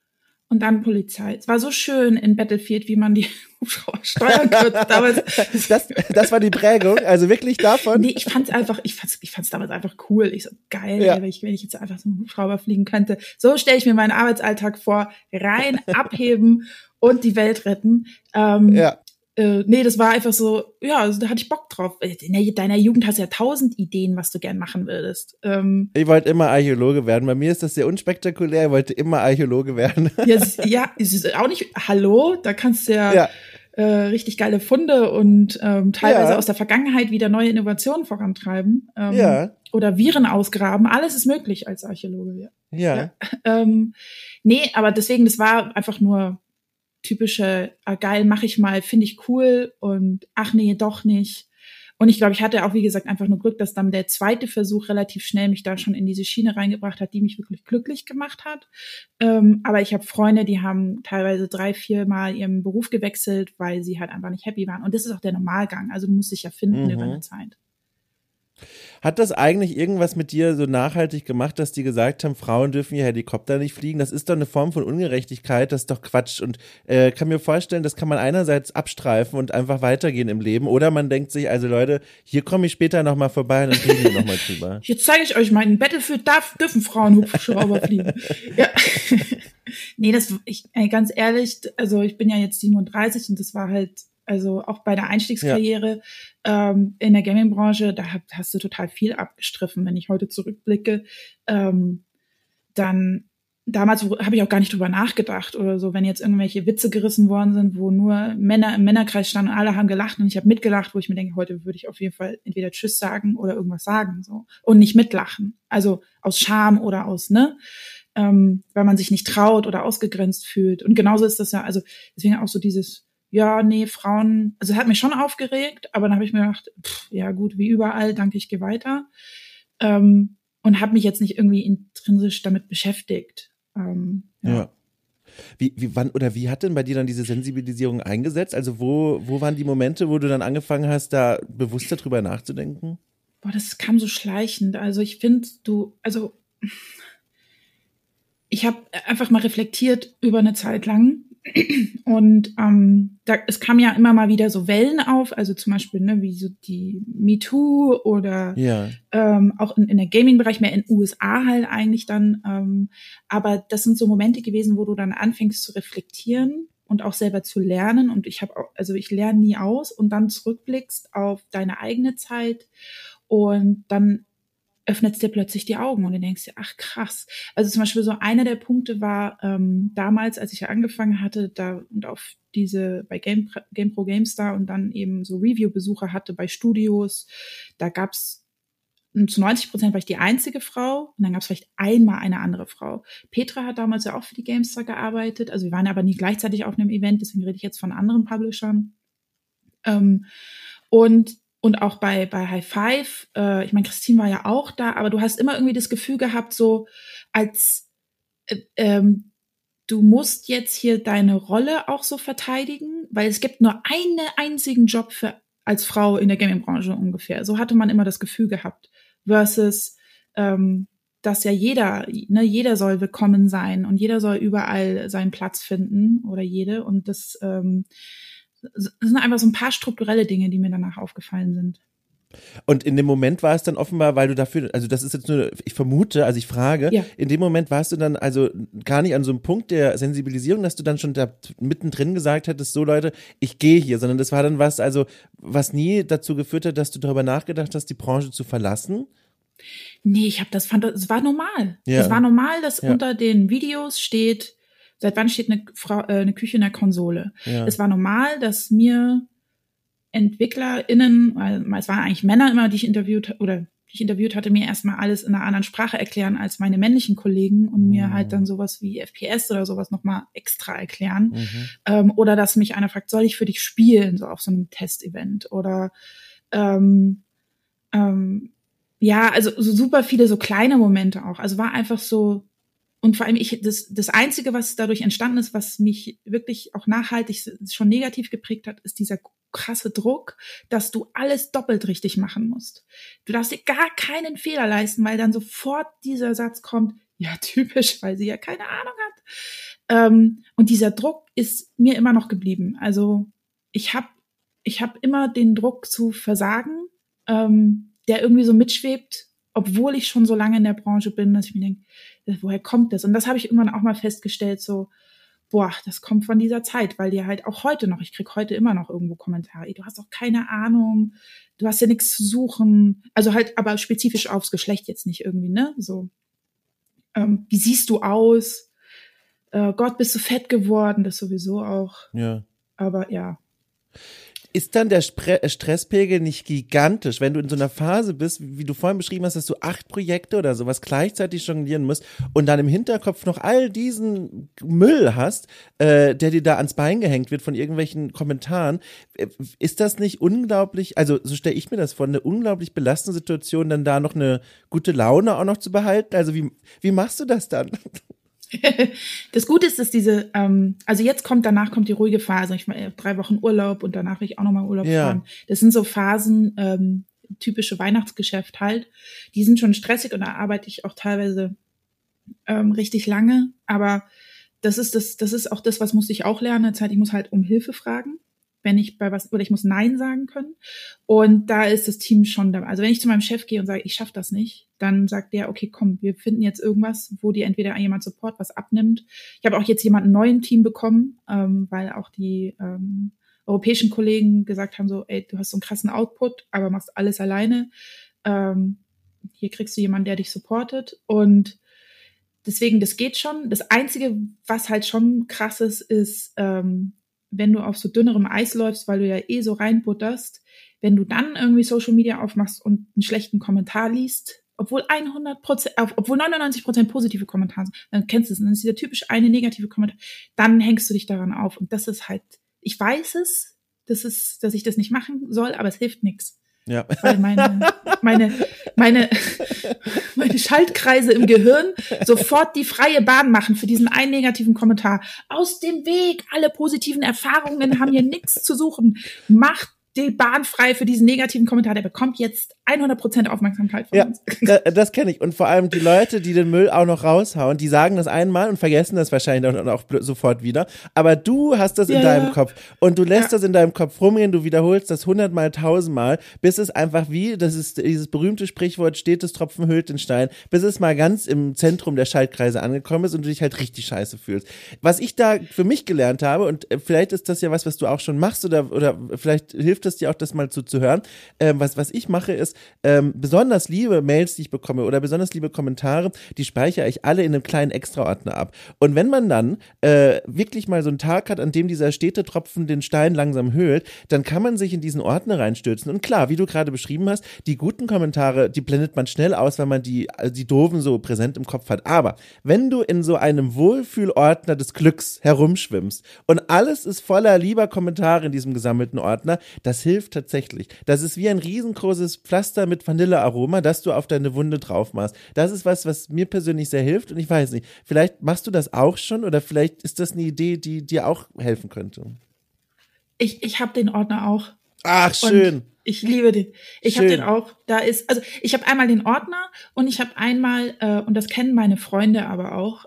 und dann Polizei. Es war so schön in Battlefield, wie man die Hubschrauber steuern konnte damals. Das war die Prägung, also wirklich davon? Nee, ich fand's damals einfach cool. Ich so, geil, ja. ey, wenn ich jetzt einfach so einen Hubschrauber fliegen könnte. So stelle ich mir meinen Arbeitsalltag vor. Rein, abheben und die Welt retten. Ja. Nee, das war einfach so, ja, also da hatte ich Bock drauf. In deiner Jugend hast du ja 1000 Ideen, was du gern machen würdest. Ich wollte immer Archäologe werden. Bei mir ist das sehr unspektakulär. Ich wollte immer Archäologe werden. Ja, es ist auch nicht, hallo, da kannst du ja richtig geile Funde und teilweise aus der Vergangenheit wieder neue Innovationen vorantreiben. Oder Viren ausgraben. Alles ist möglich als Archäologe. Ja. Nee, aber deswegen, das war einfach nur typische, geil, mache ich mal, finde ich cool und ach nee, doch nicht. Und ich glaube, ich hatte auch, wie gesagt, einfach nur Glück, dass dann der zweite Versuch relativ schnell mich da schon in diese Schiene reingebracht hat, die mich wirklich glücklich gemacht hat. Aber ich habe Freunde, die haben teilweise 3-4 Mal ihren Beruf gewechselt, weil sie halt einfach nicht happy waren. Und das ist auch der Normalgang. Also du musst dich ja finden über eine Zeit. Hat das eigentlich irgendwas mit dir so nachhaltig gemacht, dass die gesagt haben, Frauen dürfen hier Helikopter nicht fliegen? Das ist doch eine Form von Ungerechtigkeit, das ist doch Quatsch. Und kann mir vorstellen, das kann man einerseits abstreifen und einfach weitergehen im Leben. Oder man denkt sich, also Leute, hier komme ich später nochmal vorbei und dann reden wir nochmal drüber. Jetzt zeige ich euch mal, in Battlefield dürfen Frauen Hubschrauber fliegen. Ja. Nee, ganz ehrlich, also ich bin ja jetzt 37 und das war halt, also auch bei der Einstiegskarriere in der Gaming-Branche, da hast du total viel abgestriffen. Wenn ich heute zurückblicke, dann damals habe ich auch gar nicht drüber nachgedacht oder so, wenn jetzt irgendwelche Witze gerissen worden sind, wo nur Männer im Männerkreis standen und alle haben gelacht und ich habe mitgelacht, wo ich mir denke, heute würde ich auf jeden Fall entweder Tschüss sagen oder irgendwas sagen so und nicht mitlachen. Also aus Scham oder aus, weil man sich nicht traut oder ausgegrenzt fühlt. Und genauso ist das ja, also deswegen auch so dieses, ja, nee, Frauen, also hat mich schon aufgeregt, aber dann habe ich mir gedacht, ja gut, wie überall, danke, ich gehe weiter. Und habe mich jetzt nicht irgendwie intrinsisch damit beschäftigt. Ja. Wie hat denn bei dir dann diese Sensibilisierung eingesetzt? Also wo waren die Momente, wo du dann angefangen hast, da bewusster drüber nachzudenken? Boah, das kam so schleichend. Also ich finde, ich habe einfach mal reflektiert über eine Zeit lang und es kam ja immer mal wieder so Wellen auf, also zum Beispiel wie so die MeToo oder auch in der Gaming-Bereich, mehr in den USA halt eigentlich dann. Aber das sind so Momente gewesen, wo du dann anfängst zu reflektieren und auch selber zu lernen. Und ich lerne nie aus und dann zurückblickst auf deine eigene Zeit und dann öffnet dir plötzlich die Augen und du denkst dir, ach krass. Also zum Beispiel so einer der Punkte war damals, als ich ja angefangen hatte, da und auf bei GamePro GameStar und dann eben so Review-Besucher hatte bei Studios, da gab's zu 90% war ich die einzige Frau und dann gab's vielleicht einmal eine andere Frau. Petra hat damals ja auch für die GameStar gearbeitet, also wir waren aber nie gleichzeitig auf einem Event, deswegen rede ich jetzt von anderen Publishern. Und auch bei High Five, ich meine, Christine war ja auch da, aber du hast immer irgendwie das Gefühl gehabt, so als du musst jetzt hier deine Rolle auch so verteidigen, weil es gibt nur einen einzigen Job als Frau in der Gaming-Branche ungefähr. So hatte man immer das Gefühl gehabt. Versus, dass ja jeder soll willkommen sein und jeder soll überall seinen Platz finden oder jede. Und das sind einfach so ein paar strukturelle Dinge, die mir danach aufgefallen sind. Und in dem Moment war es dann offenbar, weil du dafür, also das ist jetzt nur, ich vermute, also ich frage, in dem Moment warst du dann also gar nicht an so einem Punkt der Sensibilisierung, dass du dann schon da mittendrin gesagt hättest, so Leute, ich gehe hier, sondern das war dann was nie dazu geführt hat, dass du darüber nachgedacht hast, die Branche zu verlassen? Nee, es war normal. Ja. Es war normal, dass unter den Videos steht, seit wann steht eine Küche in der Konsole? Ja. Es war normal, dass mir EntwicklerInnen, weil es waren eigentlich Männer immer, die ich interviewt hatte, mir erstmal alles in einer anderen Sprache erklären als meine männlichen Kollegen und mir halt dann sowas wie FPS oder sowas nochmal extra erklären. Oder dass mich einer fragt, soll ich für dich spielen, so auf so einem Testevent? Oder also so super viele so kleine Momente auch. Also war einfach so. Und vor allem das Einzige, was dadurch entstanden ist, was mich wirklich auch nachhaltig schon negativ geprägt hat, ist dieser krasse Druck, dass du alles doppelt richtig machen musst. Du darfst dir gar keinen Fehler leisten, weil dann sofort dieser Satz kommt, ja, typisch, weil sie ja keine Ahnung Und dieser Druck ist mir immer noch geblieben. Also ich hab immer den Druck zu versagen, der irgendwie so mitschwebt, obwohl ich schon so lange in der Branche bin, dass ich mir denke, woher kommt das? Und das habe ich irgendwann auch mal festgestellt, so, boah, das kommt von dieser Zeit, weil dir halt auch heute noch, ich krieg heute immer noch irgendwo Kommentare, ey, du hast doch keine Ahnung, du hast ja nichts zu suchen. Also halt, aber spezifisch aufs Geschlecht jetzt nicht irgendwie, ne? So, wie siehst du aus? Gott, bist du fett geworden? Das sowieso auch. Ja. Aber ja. Ist dann der Stresspegel nicht gigantisch, wenn du in so einer Phase bist, wie du vorhin beschrieben hast, dass du 8 Projekte oder sowas gleichzeitig jonglieren musst und dann im Hinterkopf noch all diesen Müll hast, der dir da ans Bein gehängt wird von irgendwelchen Kommentaren. Ist das nicht unglaublich, also so stelle ich mir das vor, eine unglaublich belastende Situation, dann da noch eine gute Laune auch noch zu behalten? Also wie machst du das dann? Das Gute ist, dass also danach kommt die ruhige Phase. Ich mache 3 Wochen Urlaub und danach will ich auch nochmal Urlaub fahren. Das sind so Phasen, typische Weihnachtsgeschäft halt. Die sind schon stressig und da arbeite ich auch teilweise richtig lange. Aber das ist auch das, was muss ich auch lernen. Ich muss halt um Hilfe fragen, wenn ich oder ich muss Nein sagen können. Und da ist das Team schon dabei. Also wenn ich zu meinem Chef gehe und sage, ich schaffe das nicht, dann sagt der, okay, komm, wir finden jetzt irgendwas, wo dir entweder jemand Support was abnimmt. Ich habe auch jetzt jemanden neu im Team bekommen, weil auch die europäischen Kollegen gesagt haben so, ey, du hast so einen krassen Output, aber machst alles alleine. Hier kriegst du jemanden, der dich supportet. Und deswegen, das geht schon. Das Einzige, was halt schon krass ist, wenn du auf so dünnerem Eis läufst, weil du ja so reinbutterst, wenn du dann irgendwie Social Media aufmachst und einen schlechten Kommentar liest, obwohl 99% positive Kommentare sind, dann kennst du es, dann ist dieser typisch eine negative Kommentar, dann hängst du dich daran auf. Und das ist halt, ich weiß es, dass ich das nicht machen soll, aber es hilft nichts. Ja. Weil meine Schaltkreise im Gehirn sofort die freie Bahn machen für diesen einen negativen Kommentar. Aus dem Weg, alle positiven Erfahrungen haben hier nichts zu suchen. Macht die Bahn frei für diesen negativen Kommentar. Der bekommt jetzt 100% Aufmerksamkeit von uns. Ja, das kenne ich. Und vor allem die Leute, die den Müll auch noch raushauen, die sagen das einmal und vergessen das wahrscheinlich dann auch sofort wieder. Aber du hast das in deinem Kopf und du lässt das in deinem Kopf rumgehen, du wiederholst das 100-mal, 1000-mal, bis es einfach das ist dieses berühmte Sprichwort, stetes Tropfen höhlt den Stein, bis es mal ganz im Zentrum der Schaltkreise angekommen ist und du dich halt richtig scheiße fühlst. Was ich da für mich gelernt habe, und vielleicht ist das ja was du auch schon machst oder vielleicht hilft es dir auch, das mal zu hören, was ich mache ist, besonders liebe Mails, die ich bekomme oder besonders liebe Kommentare, die speichere ich alle in einem kleinen Extraordner ab. Und wenn man dann wirklich mal so einen Tag hat, an dem dieser stete Tropfen den Stein langsam höhlt, dann kann man sich in diesen Ordner reinstürzen. Und klar, wie du gerade beschrieben hast, die guten Kommentare, die blendet man schnell aus, weil man die doofen so präsent im Kopf hat. Aber wenn du in so einem Wohlfühlordner des Glücks herumschwimmst und alles ist voller lieber Kommentare in diesem gesammelten Ordner, das hilft tatsächlich. Das ist wie ein riesengroßes Pflaster mit Vanillearoma, das du auf deine Wunde drauf machst. Das ist was mir persönlich sehr hilft und ich weiß nicht, vielleicht machst du das auch schon oder vielleicht ist das eine Idee, die dir auch helfen könnte. Ich habe den Ordner auch. Ach, schön. Und ich liebe den. Ich habe den auch. Ich habe einmal den Ordner und ich habe einmal, und das kennen meine Freunde aber auch,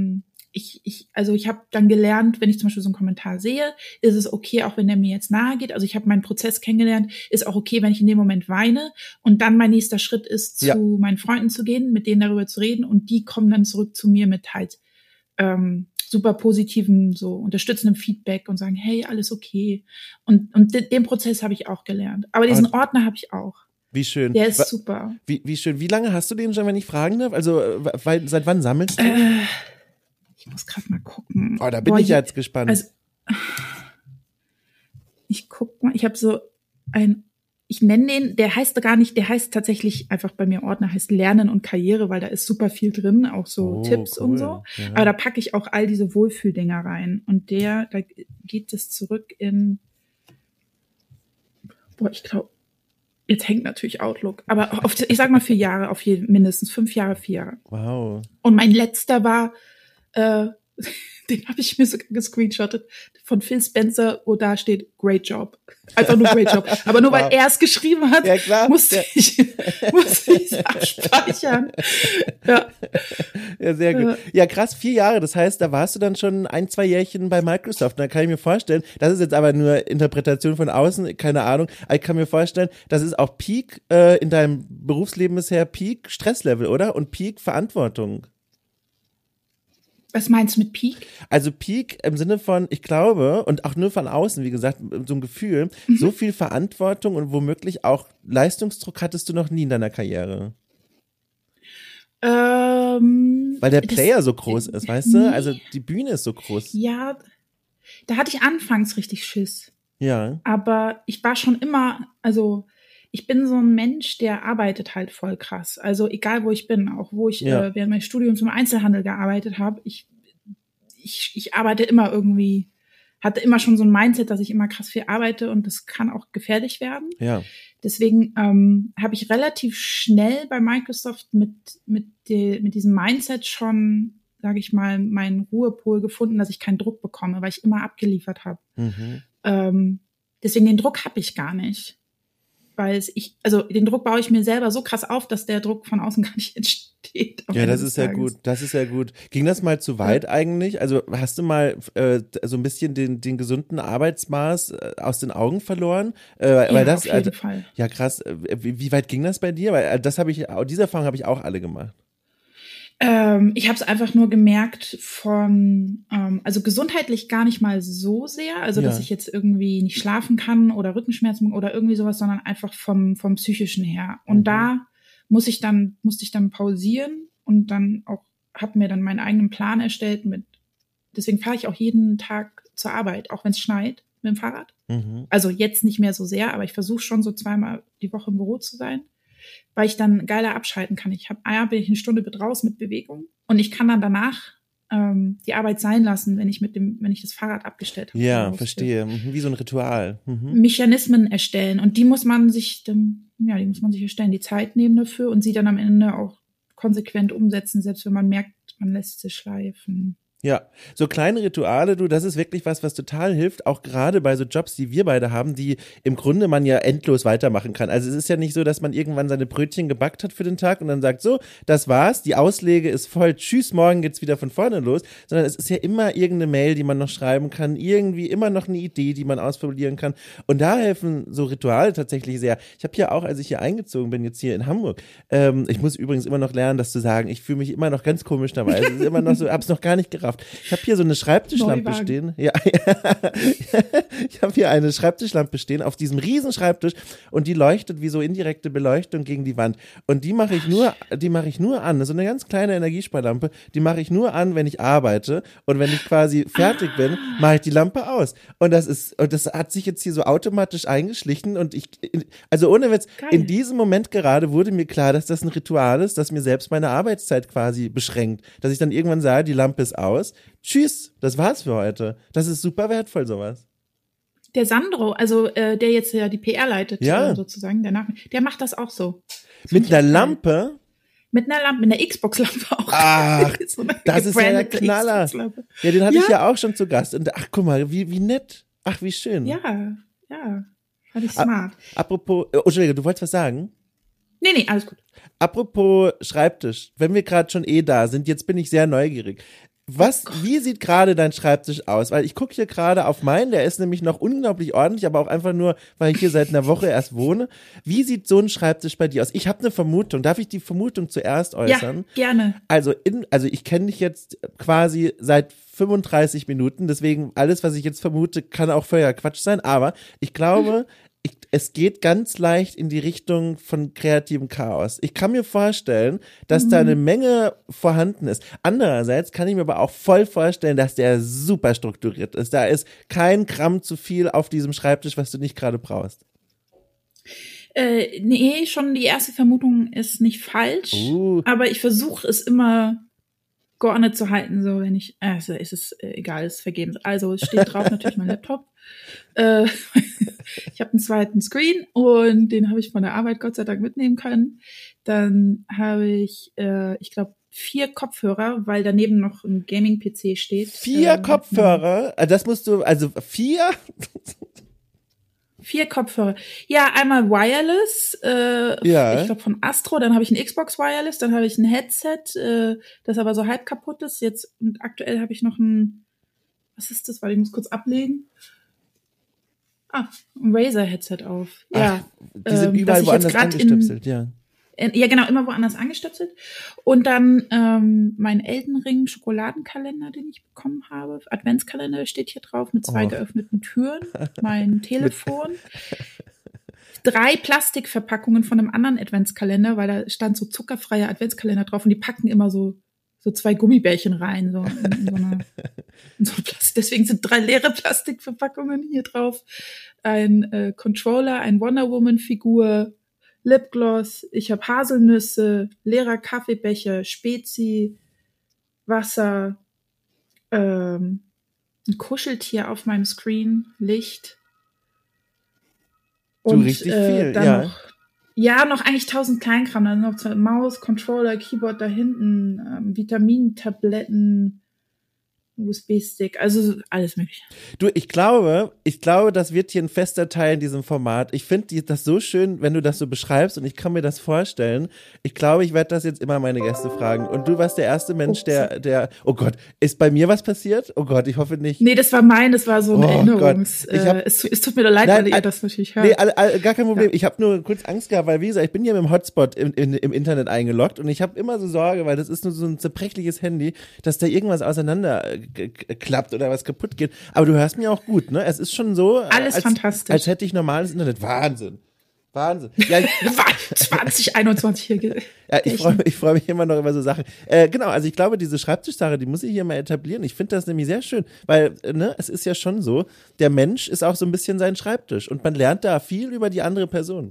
ich habe dann gelernt, wenn ich zum Beispiel so einen Kommentar sehe, ist es okay, auch wenn der mir jetzt nahe geht. Also ich habe meinen Prozess kennengelernt, ist auch okay, wenn ich in dem Moment weine. Und dann mein nächster Schritt ist, zu meinen Freunden zu gehen, mit denen darüber zu reden. Und die kommen dann zurück zu mir mit halt super positiven, so unterstützendem Feedback und sagen, hey, alles okay. Und den Prozess habe ich auch gelernt. Aber diesen Ordner habe ich auch. Wie schön. Der ist super. Wie schön. Wie lange hast du den schon, wenn ich fragen darf? Also seit wann sammelst du? Ich muss gerade mal gucken. Oh, da bin ich jetzt gespannt. Also, ich guck mal, ich habe so ich nenne den, der heißt tatsächlich einfach bei mir Ordner, heißt Lernen und Karriere, weil da ist super viel drin, auch so Tipps cool. Und so. Ja. Aber da packe ich auch all diese Wohlfühldinger rein. Und da geht es zurück in, ich glaube, jetzt hängt natürlich Outlook, aber ich sag mal 4 Jahre, mindestens 5 Jahre, 4 Jahre. Wow. Und mein letzter war Den habe ich mir sogar gescreenshottet von Phil Spencer, wo da steht, great job. Einfach nur great job. Aber nur weil er es geschrieben hat, Ja, klar. musste ich es abspeichern. Ja. Ja, sehr gut. Ja, krass, 4 Jahre. Das heißt, da warst du dann schon 1-2 Jährchen bei Microsoft. Da kann ich mir vorstellen, das ist jetzt aber nur Interpretation von außen, keine Ahnung. Aber ich kann mir vorstellen, das ist auch Peak in deinem Berufsleben bisher, Peak Stresslevel, oder? Und Peak Verantwortung. Was meinst du mit Peak? Also Peak im Sinne von, ich glaube, und auch nur von außen, wie gesagt, so ein Gefühl, so viel Verantwortung und womöglich auch Leistungsdruck hattest du noch nie in deiner Karriere. Weil der Player so groß ist, weißt du? Also die Bühne ist so groß. Ja, da hatte ich anfangs richtig Schiss. Ja. Aber ich war schon immer, also ich bin so ein Mensch, der arbeitet halt voll krass. Also egal, wo ich bin, auch wo ich während meines Studiums im Einzelhandel gearbeitet habe, ich arbeite immer irgendwie, hatte immer schon so ein Mindset, dass ich immer krass viel arbeite und das kann auch gefährlich werden. Ja. Deswegen habe ich relativ schnell bei Microsoft mit diesem Mindset schon, sage ich mal, meinen Ruhepol gefunden, dass ich keinen Druck bekomme, weil ich immer abgeliefert habe. Deswegen den Druck habe ich gar nicht. Weil den Druck baue ich mir selber so krass auf, dass der Druck von außen gar nicht entsteht. Ja, das ist ja gut. Das ist ja gut. Ging das mal zu weit eigentlich? Also hast du mal so ein bisschen den gesunden Arbeitsmaß aus den Augen verloren? Weil das, auf jeden Fall. Ja, krass. Wie weit ging das bei dir? Weil diese Erfahrung habe ich auch alle gemacht. Ich habe es einfach nur gemerkt also gesundheitlich gar nicht mal so sehr, also dass ich jetzt irgendwie nicht schlafen kann oder Rückenschmerzen oder irgendwie sowas, sondern einfach vom psychischen her. Und da musste ich dann pausieren und dann auch habe mir dann meinen eigenen Plan erstellt deswegen fahre ich auch jeden Tag zur Arbeit, auch wenn es schneit, mit dem Fahrrad. Also jetzt nicht mehr so sehr, aber ich versuche schon so 2-mal die Woche im Büro zu sein, weil ich dann geiler abschalten kann. Bin ich 1 Stunde draußen mit Bewegung und ich kann dann danach die Arbeit sein lassen, wenn ich das Fahrrad abgestellt habe. Ja, verstehe. Wie so ein Ritual. Mechanismen erstellen und die muss man sich erstellen, die Zeit nehmen dafür und sie dann am Ende auch konsequent umsetzen, selbst wenn man merkt, man lässt sie schleifen. Ja, so kleine Rituale, das ist wirklich was total hilft, auch gerade bei so Jobs, die wir beide haben, die im Grunde man ja endlos weitermachen kann. Also es ist ja nicht so, dass man irgendwann seine Brötchen gebackt hat für den Tag und dann sagt, so, das war's, die Auslege ist voll, tschüss, morgen geht's wieder von vorne los, sondern es ist ja immer irgendeine Mail, die man noch schreiben kann, irgendwie immer noch eine Idee, die man ausprobieren kann und da helfen so Rituale tatsächlich sehr. Ich habe hier auch, als ich hier eingezogen bin, jetzt hier in Hamburg, ich muss übrigens immer noch lernen, das zu sagen, ich fühle mich immer noch ganz komisch dabei, es ist immer noch so, hab's noch gar nicht gerafft. Ich habe hier so eine Schreibtischlampe stehen. Ja, ich habe hier eine Schreibtischlampe stehen auf diesem riesen Schreibtisch und die leuchtet wie so indirekte Beleuchtung gegen die Wand. Und die mache ich nur an. Das ist so eine ganz kleine Energiesparlampe. Die mache ich nur an, wenn ich arbeite. Und wenn ich quasi fertig bin, mache ich die Lampe aus. Und das hat sich jetzt hier so automatisch eingeschlichen. Und also ohne Witz, in diesem Moment gerade wurde mir klar, dass das ein Ritual ist, das mir selbst meine Arbeitszeit quasi beschränkt. Dass ich dann irgendwann sage, die Lampe ist aus. Tschüss, das war's für heute. Das ist super wertvoll, sowas. Der Sandro, also der jetzt ja die PR leitet, sozusagen, der macht das auch so. Mit einer Lampe? Mit einer Lampe, mit einer Xbox-Lampe auch. Ach, so das ist ja der Knaller. Ja, den hatte ich ja auch schon zu Gast. Und ach, guck mal, wie nett. Ach, wie schön. Ja, fand ich smart. Apropos, Entschuldige, du wolltest was sagen? Nee, alles gut. Apropos Schreibtisch, wenn wir gerade schon da sind, jetzt bin ich sehr neugierig. Wie sieht gerade dein Schreibtisch aus? Weil ich gucke hier gerade auf meinen, der ist nämlich noch unglaublich ordentlich, aber auch einfach nur, weil ich hier seit einer Woche erst wohne. Wie sieht so ein Schreibtisch bei dir aus? Ich habe eine Vermutung. Darf ich die Vermutung zuerst äußern? Ja, gerne. Also ich kenne dich jetzt quasi seit 35 Minuten, deswegen alles, was ich jetzt vermute, kann auch völliger Quatsch sein, aber ich glaube, es geht ganz leicht in die Richtung von kreativem Chaos. Ich kann mir vorstellen, dass da eine Menge vorhanden ist. Andererseits kann ich mir aber auch voll vorstellen, dass der super strukturiert ist. Da ist kein Gramm zu viel auf diesem Schreibtisch, was du nicht gerade brauchst. Nee, schon die erste Vermutung ist nicht falsch, aber ich versuche es immer geordnet zu halten, so wenn ich, es ist egal, es ist vergebens. Also es steht drauf natürlich mein Laptop. Ich habe einen zweiten Screen und den habe ich von der Arbeit Gott sei Dank mitnehmen können. Dann habe ich, ich glaube, 4 Kopfhörer, weil daneben noch ein Gaming-PC steht. 4 Kopfhörer? Das musst du, also 4? 4 Kopfhörer. Ja, einmal Wireless, ich glaube von Astro, dann habe ich ein Xbox Wireless, dann habe ich ein Headset, das aber so halb kaputt ist. Jetzt und aktuell habe ich noch ein, was ist das? Warte, ich muss kurz ablegen. Ein Razer-Headset auf. Ja. Die sind überall woanders angestöpselt, ja. Ja, genau, immer woanders angestöpselt. Und dann mein Elden Ring Schokoladenkalender, den ich bekommen habe. Adventskalender steht hier drauf mit 2 geöffneten Türen. Mein Telefon. 3 Plastikverpackungen von einem anderen Adventskalender, weil da stand so zuckerfreier Adventskalender drauf und die packen immer so 2 Gummibärchen rein. So in so Plastik. Deswegen sind 3 leere Plastikverpackungen hier drauf. Ein Controller, ein Wonder Woman Figur, Lipgloss, ich habe Haselnüsse, leerer Kaffeebecher, Spezi, Wasser, ein Kuscheltier auf meinem Screen, Licht. Und richtig viel, dann noch eigentlich 1000 Kleinkram, dann noch Maus, Controller, Keyboard da hinten, Vitamintabletten, USB-Stick, also alles mögliche. Du, ich glaube, das wird hier ein fester Teil in diesem Format. Ich finde das so schön, wenn du das so beschreibst und ich kann mir das vorstellen. Ich glaube, ich werde das jetzt immer meine Gäste fragen. Und du warst der erste Mensch, der, oh Gott, ist bei mir was passiert? Oh Gott, ich hoffe nicht. Nee, das war so eine Erinnerungs. Es tut mir leid, weil ihr das natürlich hört. Nee, gar kein Problem. Ja. Ich habe nur kurz Angst gehabt, weil wie gesagt, ich bin hier mit dem Hotspot im Internet eingeloggt und ich habe immer so Sorge, weil das ist nur so ein zerbrechliches Handy, dass da irgendwas auseinander klappt oder was kaputt geht. Aber du hörst mir auch gut, ne? Es ist schon so, alles fantastisch. Als hätte ich normales Internet. Wahnsinn. Ja, 2021 hier. Ja, ich freu mich immer noch über so Sachen. Genau, also ich glaube, diese Schreibtischsache, die muss ich hier mal etablieren. Ich finde das nämlich sehr schön, weil es ist ja schon so, der Mensch ist auch so ein bisschen sein Schreibtisch und man lernt da viel über die andere Person.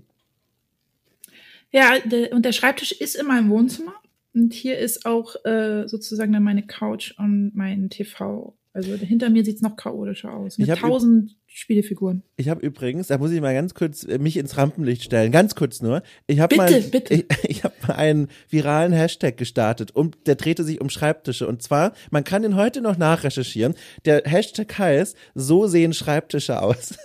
Ja, und der Schreibtisch ist in meinem Wohnzimmer. Und hier ist auch sozusagen dann meine Couch und mein TV. Also hinter mir sieht's noch chaotischer aus. Mit 1000 Spielefiguren. Ich habe übrigens, da muss ich mal ganz kurz mich ins Rampenlicht stellen, ganz kurz nur. Ich habe mal einen viralen Hashtag gestartet und der drehte sich um Schreibtische. Und zwar, man kann den heute noch nachrecherchieren. Der Hashtag heißt, so sehen Schreibtische aus.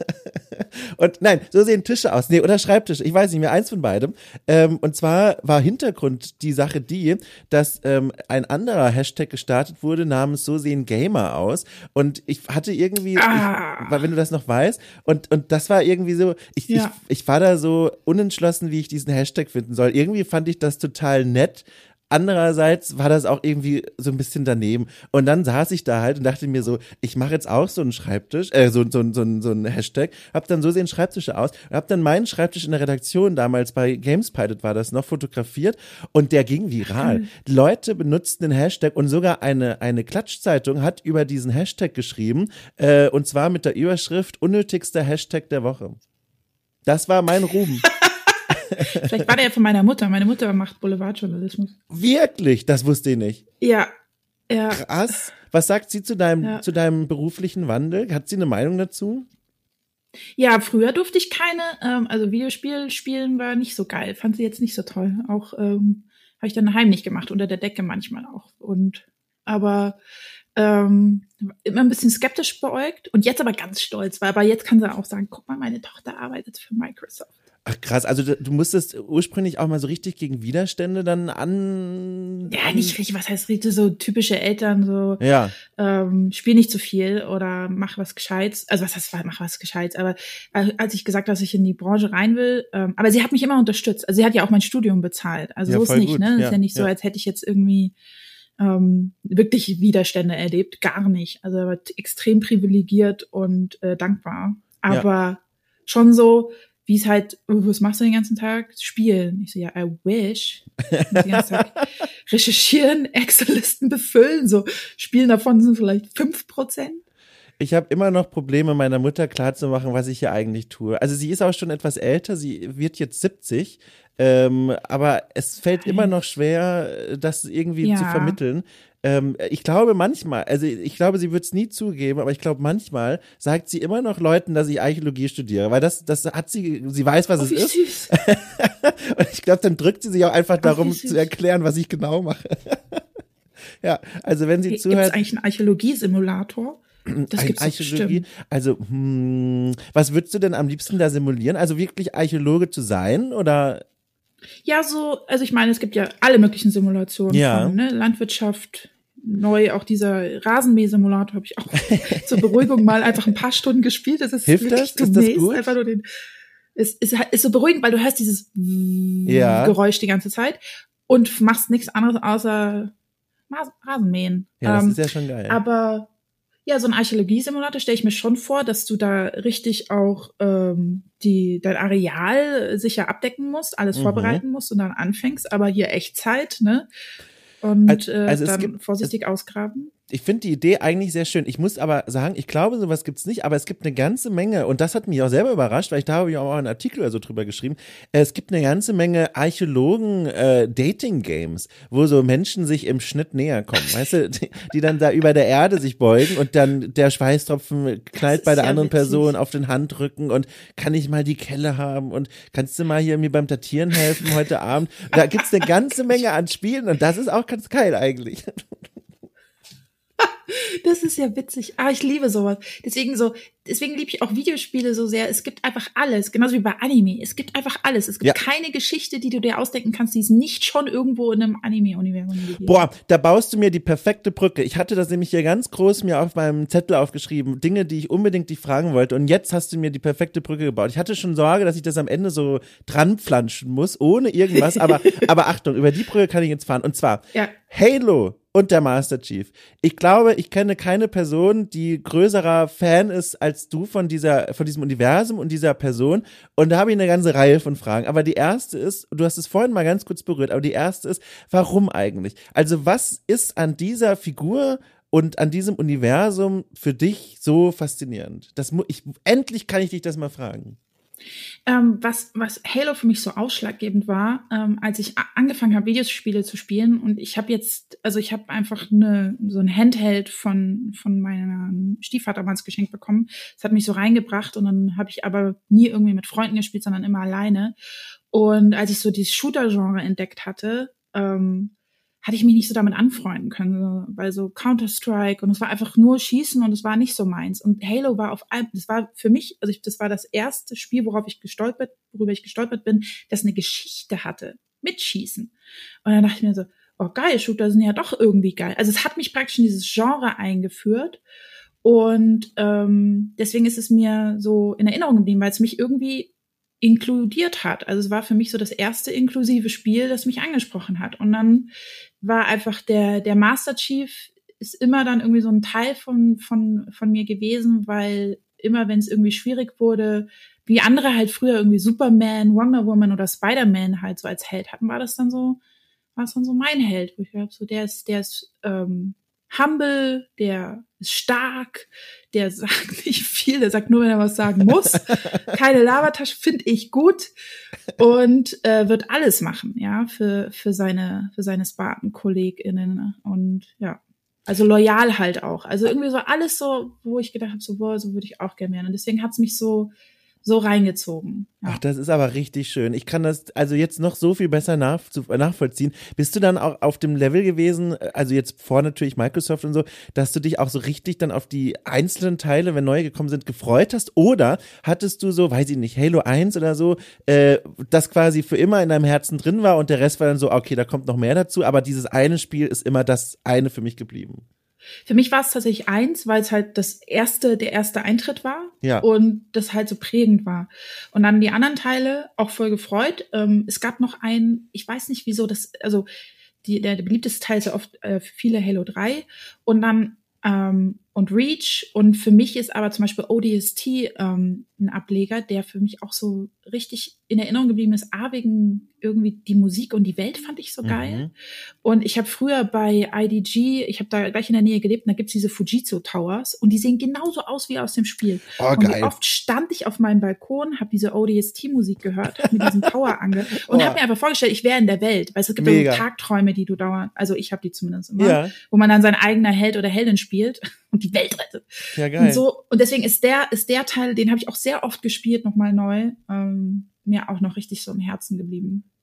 Und nein, so sehen Tische aus. Nee, oder Schreibtische. Ich weiß nicht mehr, eins von beidem. Und zwar war Hintergrund die Sache dass ein anderer Hashtag gestartet wurde namens so sehen Gamer aus. Und ich hatte irgendwie, wenn du das noch weißt, und das war irgendwie so, ich war da so unentschlossen, wie ich diesen Hashtag finden soll. Irgendwie fand ich das total nett. Andererseits war das auch irgendwie so ein bisschen daneben. Und dann saß ich da halt und dachte mir so, ich mache jetzt auch so einen Schreibtisch, so einen Hashtag, hab dann so sehen Schreibtische aus und hab dann meinen Schreibtisch in der Redaktion, damals bei Gamespilot war das noch, fotografiert und der ging viral. Leute benutzten den Hashtag und sogar eine Klatschzeitung hat über diesen Hashtag geschrieben, und zwar mit der Überschrift unnötigster Hashtag der Woche. Das war mein Ruhm. Vielleicht war der ja von meiner Mutter. Meine Mutter macht Boulevardjournalismus. Wirklich? Das wusste ich nicht. Ja. Krass. Was sagt sie zu deinem beruflichen Wandel? Hat sie eine Meinung dazu? Ja, früher durfte ich keine, also Videospiel spielen war nicht so geil. Fand sie jetzt nicht so toll. Auch habe ich dann heimlich gemacht, unter der Decke manchmal auch. Aber immer ein bisschen skeptisch beäugt und jetzt aber ganz stolz, aber jetzt kann sie auch sagen, guck mal, meine Tochter arbeitet für Microsoft. Ach krass, also du musstest ursprünglich auch mal so richtig gegen Widerstände dann an... Ja, nicht richtig, was heißt richtig, so typische Eltern, so spiel nicht zu viel oder mach was Gescheites. Also was heißt, mach was Gescheites, aber als ich gesagt habe, dass ich in die Branche rein will, aber sie hat mich immer unterstützt. Also sie hat ja auch mein Studium bezahlt, also so ist nicht, gut. Ne? Das ist ja nicht so, als hätte ich jetzt irgendwie wirklich Widerstände erlebt, gar nicht. Also er war extrem privilegiert und dankbar, aber schon so, wie es halt, was machst du den ganzen Tag? Spielen. Ich so, ja, I wish. Den ganzen Tag recherchieren, Excel-Listen befüllen, so Spielen davon sind vielleicht 5%. Ich habe immer noch Probleme, meiner Mutter klarzumachen, was ich hier eigentlich tue. Also sie ist auch schon etwas älter, sie wird jetzt 70, aber es fällt immer noch schwer, das irgendwie zu vermitteln. Ich glaube manchmal, also ich glaube, sie wird es nie zugeben, aber ich glaube manchmal sagt sie immer noch Leuten, dass ich Archäologie studiere, weil das hat sie weiß, was es ist. Süß. Und ich glaube, dann drückt sie sich auch einfach darum zu erklären, was ich genau mache. Ja, also wenn sie Gibt es zuhört. eigentlich einen Archäologie-Simulator? Das gibt's doch bestimmt. Also, was würdest du denn am liebsten da simulieren? Also wirklich Archäologe zu sein oder? Ja, also ich meine, es gibt ja alle möglichen Simulationen Ja. von Landwirtschaft, neu auch dieser Rasenmäh-Simulator habe ich auch zur Beruhigung mal einfach ein paar Stunden gespielt. Das ist Hilft wirklich, das? Ist das gut? einfach nur ist so beruhigend, weil du hörst dieses Geräusch die ganze Zeit und machst nichts anderes außer Rasenmähen. Ja, das ist ja schon geil. Aber ja, so ein Archäologie-Simulator stelle ich mir schon vor, dass du da richtig auch dein Areal sicher abdecken musst, alles vorbereiten musst und dann anfängst, aber hier Echtzeit, ne? Und also dann vorsichtig ausgraben. Ich finde die Idee eigentlich sehr schön. Ich muss aber sagen, ich glaube, sowas gibt's nicht, aber es gibt eine ganze Menge, und das hat mich auch selber überrascht, weil da habe ich auch einen Artikel oder so drüber geschrieben. Es gibt eine ganze Menge Archäologen-Dating-Games, wo so Menschen sich im Schnitt näher kommen, weißt du, die dann da über der Erde sich beugen und dann der Schweißtropfen knallt bei der anderen Person auf den Handrücken und kann ich mal die Kelle haben und kannst du mal hier mir beim Datieren helfen heute Abend? Da gibt's eine ganze Menge an Spielen und das ist auch ganz geil eigentlich. Das ist ja witzig. Ich liebe sowas. Deswegen liebe ich auch Videospiele so sehr. Es gibt einfach alles. Genauso wie bei Anime. Es gibt einfach alles. Es gibt keine Geschichte, die du dir ausdenken kannst, die es nicht schon irgendwo in einem Anime-Universum gibt. Boah, da baust du mir die perfekte Brücke. Ich hatte das nämlich hier ganz groß mir auf meinem Zettel aufgeschrieben. Dinge, die ich unbedingt dich fragen wollte. Und jetzt hast du mir die perfekte Brücke gebaut. Ich hatte schon Sorge, dass ich das am Ende so dran flanschen muss, ohne irgendwas. Aber Achtung, über die Brücke kann ich jetzt fahren. Und zwar Halo und der Master Chief. Ich glaube, ich kenne keine Person, die größerer Fan ist als du von diesem Universum und dieser Person. Und da habe ich eine ganze Reihe von Fragen. Aber die erste ist, du hast es vorhin mal ganz kurz berührt, aber die erste ist, warum eigentlich? Also was ist an dieser Figur und an diesem Universum für dich so faszinierend? Endlich kann ich dich das mal fragen. Was Halo für mich so ausschlaggebend war, als ich angefangen habe, Videospiele zu spielen, und ich habe einfach so ein Handheld von meinem Stiefvater damals geschenkt bekommen. Das hat mich so reingebracht, und dann habe ich aber nie irgendwie mit Freunden gespielt, sondern immer alleine. Und als ich so dieses Shooter-Genre entdeckt hatte, hatte ich mich nicht so damit anfreunden können, weil so Counter-Strike, und es war einfach nur Schießen und es war nicht so meins. Und Halo war das war für mich, das war das erste Spiel, worüber ich gestolpert bin, das eine Geschichte hatte mit Schießen. Und dann dachte ich mir so, oh geil, Shooter sind ja doch irgendwie geil. Also es hat mich praktisch in dieses Genre eingeführt, und deswegen ist es mir so in Erinnerung geblieben, weil es mich irgendwie inkludiert hat. Also es war für mich so das erste inklusive Spiel, das mich angesprochen hat. Und dann war einfach der Master Chief ist immer dann irgendwie so ein Teil von mir gewesen, weil immer, wenn es irgendwie schwierig wurde, wie andere halt früher irgendwie Superman, Wonder Woman oder Spider-Man halt so als Held hatten, war es dann so mein Held, wo ich glaube, so der ist humble, der ist stark, der sagt nicht viel, der sagt nur, wenn er was sagen muss. Keine Labertasche, finde ich gut, und wird alles machen, ja, für seine Spartan-KollegInnen, und ja, also loyal halt auch. Also irgendwie so alles so, wo ich gedacht habe, so boah, so würde ich auch gerne werden, und deswegen hat's mich so reingezogen. Ja. Ach, das ist aber richtig schön. Ich kann das also jetzt noch so viel besser nachvollziehen. Bist du dann auch auf dem Level gewesen, also jetzt vor natürlich Microsoft und so, dass du dich auch so richtig dann auf die einzelnen Teile, wenn neue gekommen sind, gefreut hast? Oder hattest du so, weiß ich nicht, Halo 1 oder so, das quasi für immer in deinem Herzen drin war und der Rest war dann so, okay, da kommt noch mehr dazu, aber dieses eine Spiel ist immer das eine für mich geblieben? Für mich war es tatsächlich 1, weil es halt der erste Eintritt war, und das halt so prägend war. Und dann die anderen Teile auch voll gefreut. Es gab noch einen, ich weiß nicht wieso, der beliebteste Teil ist ja oft für viele Halo 3, und dann und Reach, und für mich ist aber zum Beispiel ODST ein Ableger, der für mich auch so richtig in Erinnerung geblieben ist, wegen irgendwie die Musik und die Welt fand ich so geil. Und ich habe früher bei IDG, ich habe da gleich in der Nähe gelebt, und da gibt's diese Fujitsu Towers, und die sehen genauso aus wie aus dem Spiel. Oh, und geil. Wie oft stand ich auf meinem Balkon, habe diese ODST-Musik gehört, hab mir diesen Tower angehört und habe mir einfach vorgestellt, ich wäre in der Welt. Weil es gibt ja so Tagträume, die du dauernd, also ich habe die zumindest immer, wo man dann sein eigener Held oder Heldin spielt und die Welt rettet. Ja, geil. Und deswegen ist der Teil, den habe ich auch sehr oft gespielt, nochmal neu, mir auch noch richtig so im Herzen geblieben.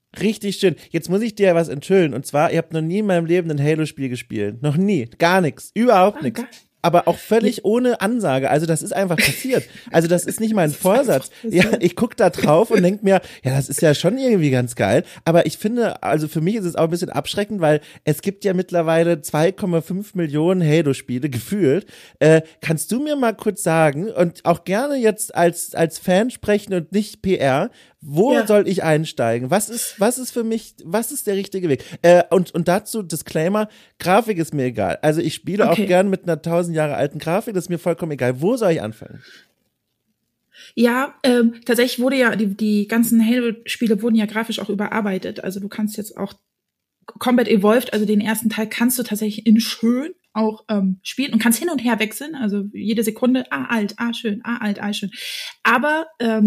Richtig schön. Jetzt muss ich dir was enthüllen. Und zwar, ich habe noch nie in meinem Leben ein Halo-Spiel gespielt. Noch nie. Gar nichts. Überhaupt nichts. Aber auch völlig ohne Ansage. Also das ist einfach passiert. Also das ist nicht mein Vorsatz. Ja, ich guck da drauf und denk mir, ja, das ist ja schon irgendwie ganz geil. Aber ich finde, also für mich ist es auch ein bisschen abschreckend, weil es gibt ja mittlerweile 2,5 Millionen Halo-Spiele gefühlt. Kannst du mir mal kurz sagen und auch gerne jetzt als Fan sprechen und nicht PR, wo soll ich einsteigen? Was ist für mich, was ist der richtige Weg? Und dazu Disclaimer, Grafik ist mir egal. Also ich spiele auch gern mit einer 1000 Jahre alten Grafik, das ist mir vollkommen egal. Wo soll ich anfangen? Ja, tatsächlich wurde ja, die ganzen Halo-Spiele wurden ja grafisch auch überarbeitet. Also du kannst jetzt auch Combat Evolved, also den ersten Teil, kannst du tatsächlich in schön auch spielen und kannst hin und her wechseln. Also jede Sekunde, alt, schön, alt, schön. Aber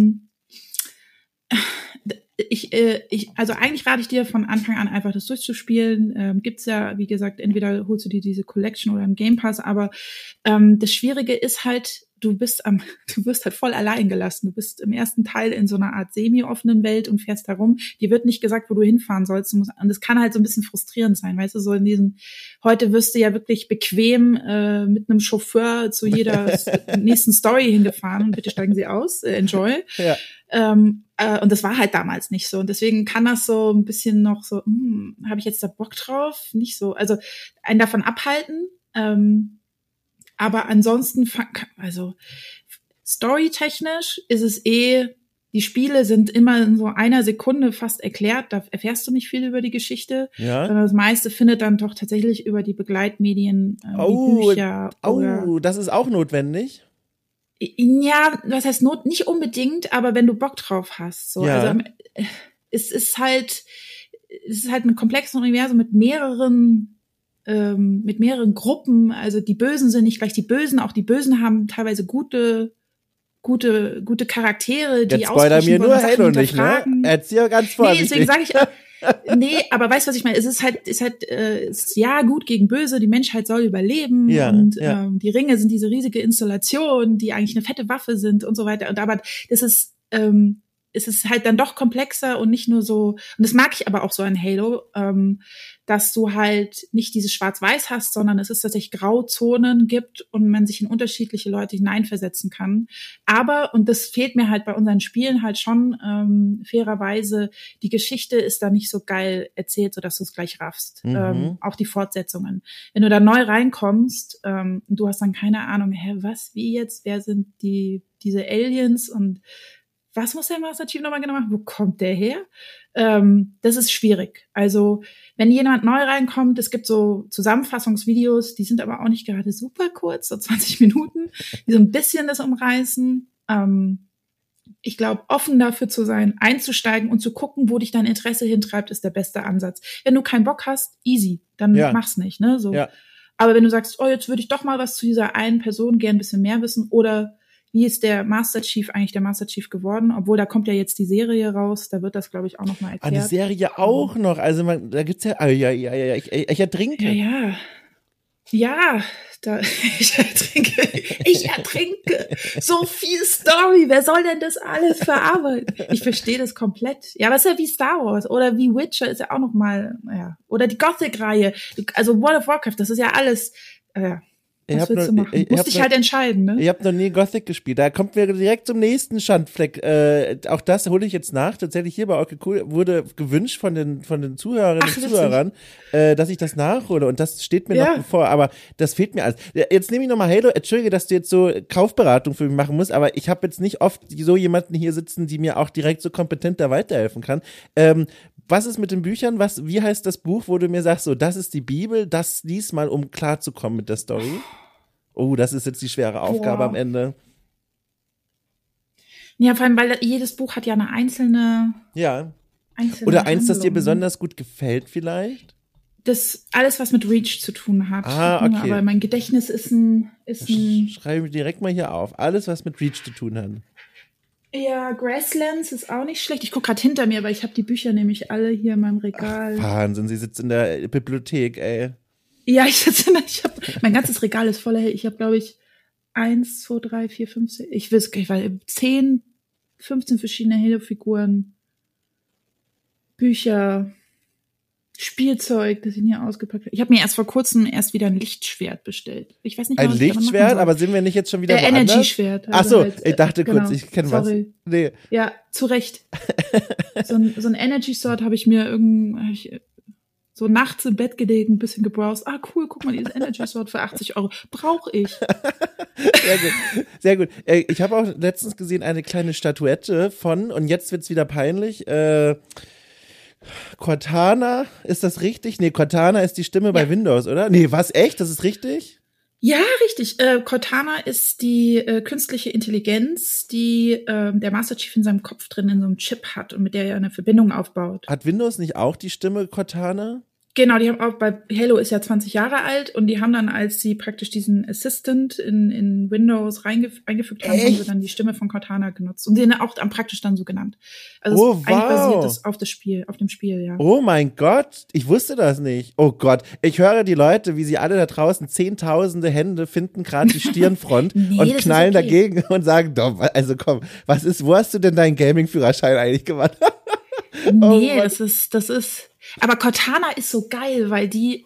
also eigentlich rate ich dir von Anfang an einfach das durchzuspielen. Gibt's ja, wie gesagt, entweder holst du dir diese Collection oder im Game Pass, aber das Schwierige ist halt, du wirst halt voll allein gelassen. Du bist im ersten Teil in so einer Art semi-offenen Welt und fährst herum. Dir wird nicht gesagt, wo du hinfahren sollst. Und das kann halt so ein bisschen frustrierend sein, weißt du, so in diesen, heute wirst du ja wirklich bequem mit einem Chauffeur zu jeder nächsten Story hingefahren und bitte steigen Sie aus, enjoy. Ja. Und das war halt damals nicht so. Und deswegen kann das so ein bisschen noch so, habe ich jetzt da Bock drauf? Nicht so. Also einen davon abhalten. Aber ansonsten, also storytechnisch ist es die Spiele sind immer in so einer Sekunde fast erklärt. Da erfährst du nicht viel über die Geschichte. Ja. Sondern das meiste findet dann doch tatsächlich über die Begleitmedien, wie Bücher. Das ist auch notwendig. Ja, was heißt nicht unbedingt, aber wenn du Bock drauf hast. So. Ja. Also es ist halt ein komplexes Universum mit mehreren Gruppen. Also die Bösen sind nicht gleich die Bösen, auch die Bösen haben teilweise gute Charaktere, die jetzt spoiler mir nur Halo nicht, ne? Erzähl ganz vorsichtig. Nee, deswegen sage ich, aber weißt du, was ich meine? Es ist ja gut gegen böse, die Menschheit soll überleben die Ringe sind diese riesige Installation, die eigentlich eine fette Waffe sind und so weiter. Und aber das ist, es ist halt dann doch komplexer und nicht nur so, und das mag ich aber auch so an Halo, dass du halt nicht dieses Schwarz-Weiß hast, sondern es ist tatsächlich Grauzonen gibt und man sich in unterschiedliche Leute hineinversetzen kann. Aber, und das fehlt mir halt bei unseren Spielen halt schon, fairerweise, die Geschichte ist da nicht so geil erzählt, sodass du es gleich raffst. Auch die Fortsetzungen. Wenn du da neu reinkommst, du hast dann keine Ahnung, was, wie jetzt, wer sind diese Aliens und was muss der Master Chief nochmal genau machen? Wo kommt der her? Das ist schwierig. Also, wenn jemand neu reinkommt, es gibt so Zusammenfassungsvideos, die sind aber auch nicht gerade super kurz, so 20 Minuten, die so ein bisschen das umreißen. Ich glaube, offen dafür zu sein, einzusteigen und zu gucken, wo dich dein Interesse hintreibt, ist der beste Ansatz. Wenn du keinen Bock hast, easy, dann mach's nicht, ne? So. Ja. Aber wenn du sagst, jetzt würde ich doch mal was zu dieser einen Person gern ein bisschen mehr wissen oder wie ist der Master Chief eigentlich der Master Chief geworden? Obwohl, da kommt ja jetzt die Serie raus, da wird das, glaube ich, auch noch mal erklärt. Die Serie auch noch, also da gibt's ja, ich ertrinke. Ja, ich ertrinke. So viel Story, wer soll denn das alles verarbeiten? Ich verstehe das komplett. Ja, aber es ist ja wie Star Wars oder wie Witcher ist ja auch noch mal, oder die Gothic-Reihe, also World of Warcraft, das ist ja alles, was willst du machen? Musst dich halt entscheiden, ne? Ich habe noch nie Gothic gespielt. Da kommt wir direkt zum nächsten Schandfleck. Auch das hole ich jetzt nach. Tatsächlich hier bei Okay Cool wurde gewünscht von den Zuhörerinnen und Zuhörern, dass ich das nachhole. Und das steht mir noch bevor. Aber das fehlt mir alles. Jetzt nehme ich nochmal Halo. Entschuldige, dass du jetzt so Kaufberatung für mich machen musst. Aber ich habe jetzt nicht oft so jemanden hier sitzen, die mir auch direkt so kompetent da weiterhelfen kann. Was ist mit den Büchern? Wie heißt das Buch, wo du mir sagst, so, das ist die Bibel, das lies mal, um klarzukommen mit der Story? Oh, das ist jetzt die schwere Aufgabe am Ende. Ja, vor allem, weil jedes Buch hat ja eine einzelne. Ja. Oder eins, das dir besonders gut gefällt, vielleicht? Das alles, was mit Reach zu tun hat. Okay. Aber mein Gedächtnis ist ein. Schreibe ich direkt mal hier auf. Alles, was mit Reach zu tun hat. Ja, Grasslands ist auch nicht schlecht. Ich gucke gerade hinter mir, aber ich habe die Bücher nämlich alle hier in meinem Regal. Ach, Wahnsinn, sie sitzt in der Bibliothek, ey. Ja, mein ganzes Regal ist voller. Ich habe, glaube ich, 1, 2, 3, 4, 5, 6, 10, 15 verschiedene Halo-Figuren. Bücher, Spielzeug, das ich nie ausgepackt habe. Ich habe mir erst vor kurzem wieder ein Lichtschwert bestellt. Ich weiß nicht, ein Lichtschwert, aber sind wir nicht jetzt schon wieder woanders? Energy-Schwert. Also Ach so, halt, ich dachte kurz, ich kenne was. Nee. Ja, zu Recht. so ein Energy-Sword habe ich mir so nachts im Bett gelegen, ein bisschen gebrowst. Ah, cool, guck mal, dieses Energy-Sword für 80 €. Brauche ich. Sehr gut, sehr gut. Ich habe auch letztens gesehen eine kleine Statuette von, und jetzt wird's wieder peinlich, Cortana, ist das richtig? Nee, Cortana ist die Stimme bei Windows, oder? Nee, was, echt? Das ist richtig? Ja, richtig. Cortana ist die künstliche Intelligenz, die der Master Chief in seinem Kopf drin in so einem Chip hat und mit der er eine Verbindung aufbaut. Hat Windows nicht auch die Stimme Cortana? Genau, die haben auch, bei Halo ist ja 20 Jahre alt und die haben dann, als sie praktisch diesen Assistant in Windows eingefügt haben, haben sie dann die Stimme von Cortana genutzt und den auch praktisch dann so genannt. Also eigentlich basiert das auf dem Spiel, ja. Oh mein Gott, ich wusste das nicht. Oh Gott, ich höre die Leute, wie sie alle da draußen zehntausende Hände finden, gerade die Stirnfront und knallen dagegen und sagen, doch, also komm, wo hast du denn deinen Gaming-Führerschein eigentlich gemacht? Nee, das ist aber Cortana ist so geil, weil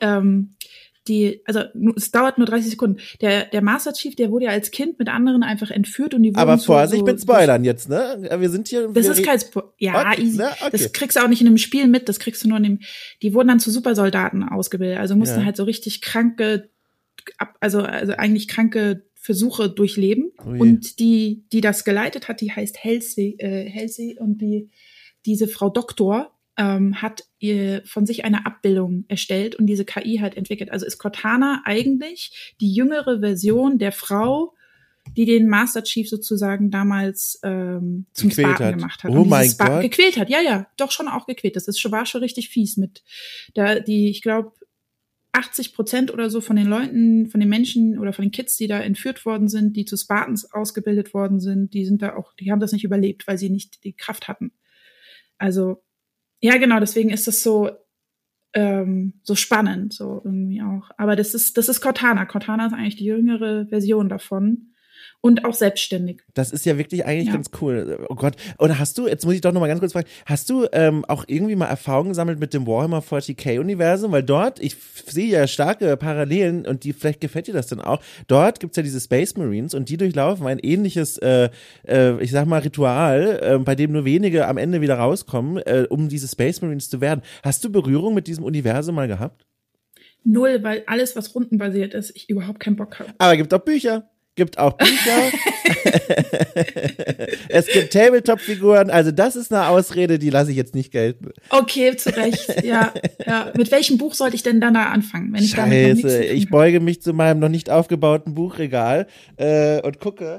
also es dauert nur 30 Sekunden. Der Master Chief, der wurde ja als Kind mit anderen einfach entführt und die wurden aber Vorsicht mit Spoilern jetzt, ne? Wir sind hier. Das ist kein Spoiler. Ja, okay, easy. Ne? Okay. Das kriegst du auch nicht in einem Spiel mit, das kriegst du nur die wurden dann zu Supersoldaten ausgebildet. Also mussten halt so richtig kranke, also eigentlich kranke Versuche durchleben. Ui. Und die das geleitet hat, die heißt Halsey und diese Frau Doktor hat von sich eine Abbildung erstellt und diese KI halt entwickelt. Also ist Cortana eigentlich die jüngere Version der Frau, die den Master Chief sozusagen damals zum Spartan gemacht hat. Oh mein Gott. Gequält hat, ja, doch schon auch gequält. War schon richtig fies mit ich glaube, 80% oder so von den Leuten, von den Menschen oder von den Kids, die da entführt worden sind, die zu Spartans ausgebildet worden sind, die haben das nicht überlebt, weil sie nicht die Kraft hatten. Also, ja, genau, deswegen ist das so spannend, so irgendwie auch. Aber das ist Cortana. Cortana ist eigentlich die jüngere Version davon. Und auch selbstständig. Das ist ja wirklich eigentlich ganz cool. Oh Gott. Und jetzt muss ich doch noch mal ganz kurz fragen, hast du auch irgendwie mal Erfahrungen gesammelt mit dem Warhammer 40k-Universum? Weil dort, ich sehe ja starke Parallelen und vielleicht gefällt dir das dann auch. Dort gibt's ja diese Space Marines und die durchlaufen ein ähnliches, ich sag mal, Ritual, bei dem nur wenige am Ende wieder rauskommen, um diese Space Marines zu werden. Hast du Berührung mit diesem Universum mal gehabt? Null, weil alles, was rundenbasiert ist, ich überhaupt keinen Bock habe. Aber gibt auch Bücher. Gibt auch Bücher. Es gibt Tabletop-Figuren. Also das ist eine Ausrede, die lasse ich jetzt nicht gelten. Okay, zu Recht. Ja. Mit welchem Buch sollte ich denn dann da anfangen, wenn ich damit noch nichts zu tun habe? Ich beuge mich zu meinem noch nicht aufgebauten Buchregal und gucke.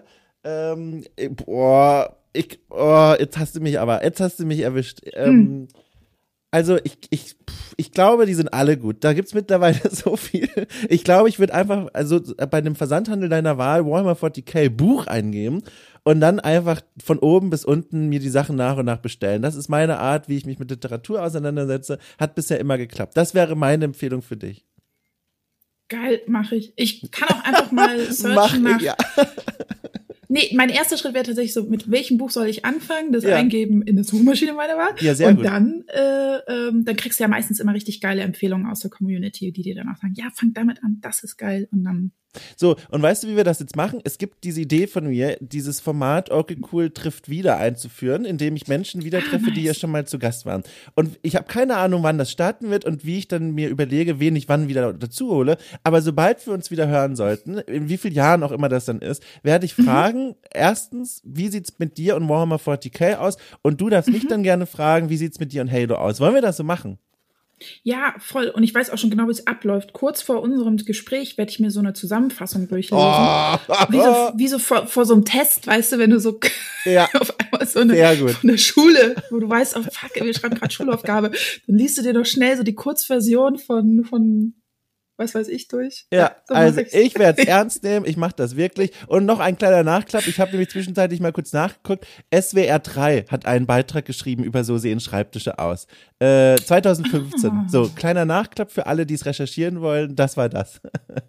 Jetzt hast du mich erwischt. Also ich glaube, die sind alle gut. Da gibt's mittlerweile so viel. Ich glaube, ich würde einfach bei dem Versandhandel deiner Wahl Warhammer 40k Buch eingeben und dann einfach von oben bis unten mir die Sachen nach und nach bestellen. Das ist meine Art, wie ich mich mit Literatur auseinandersetze. Hat bisher immer geklappt. Das wäre meine Empfehlung für dich. Geil, mache ich. Ich kann auch einfach mal searchen nach... Ja. Nee, mein erster Schritt wäre tatsächlich so, mit welchem Buch soll ich anfangen? Das eingeben in der Suchmaschine meiner Wahl. Ja, sehr gut. Und dann kriegst du ja meistens immer richtig geile Empfehlungen aus der Community, die dir dann auch sagen, ja, fang damit an, das ist geil. Und dann... So, und weißt du, wie wir das jetzt machen? Es gibt diese Idee von mir, dieses Format Okay Cool trifft wieder einzuführen, indem ich Menschen wieder treffe, nice. Die ja schon mal zu Gast waren. Und ich habe keine Ahnung, wann das starten wird und wie ich dann mir überlege, wen ich wann wieder dazu hole. Aber sobald wir uns wieder hören sollten, in wie vielen Jahren auch immer das dann ist, werde ich fragen, erstens, wie sieht's mit dir und Warhammer 40k aus? Und du darfst mich dann gerne fragen, wie sieht's mit dir und Halo aus? Wollen wir das so machen? Ja, voll. Und ich weiß auch schon genau, wie es abläuft. Kurz vor unserem Gespräch werde ich mir so eine Zusammenfassung durchlesen. Wie so vor so einem Test, weißt du, wenn du so auf einmal so eine von der Schule, wo du weißt, oh fuck, wir schreiben gerade Schulaufgabe, dann liest du dir doch schnell so die Kurzversion von was weiß ich durch. Ja, so also ich werde es ernst nehmen, ich mache das wirklich. Und noch ein kleiner Nachklapp, ich habe nämlich zwischenzeitlich mal kurz nachgeguckt, SWR 3 hat einen Beitrag geschrieben über so sehen Schreibtische aus. 2015, so kleiner Nachklapp für alle, die es recherchieren wollen, das war das.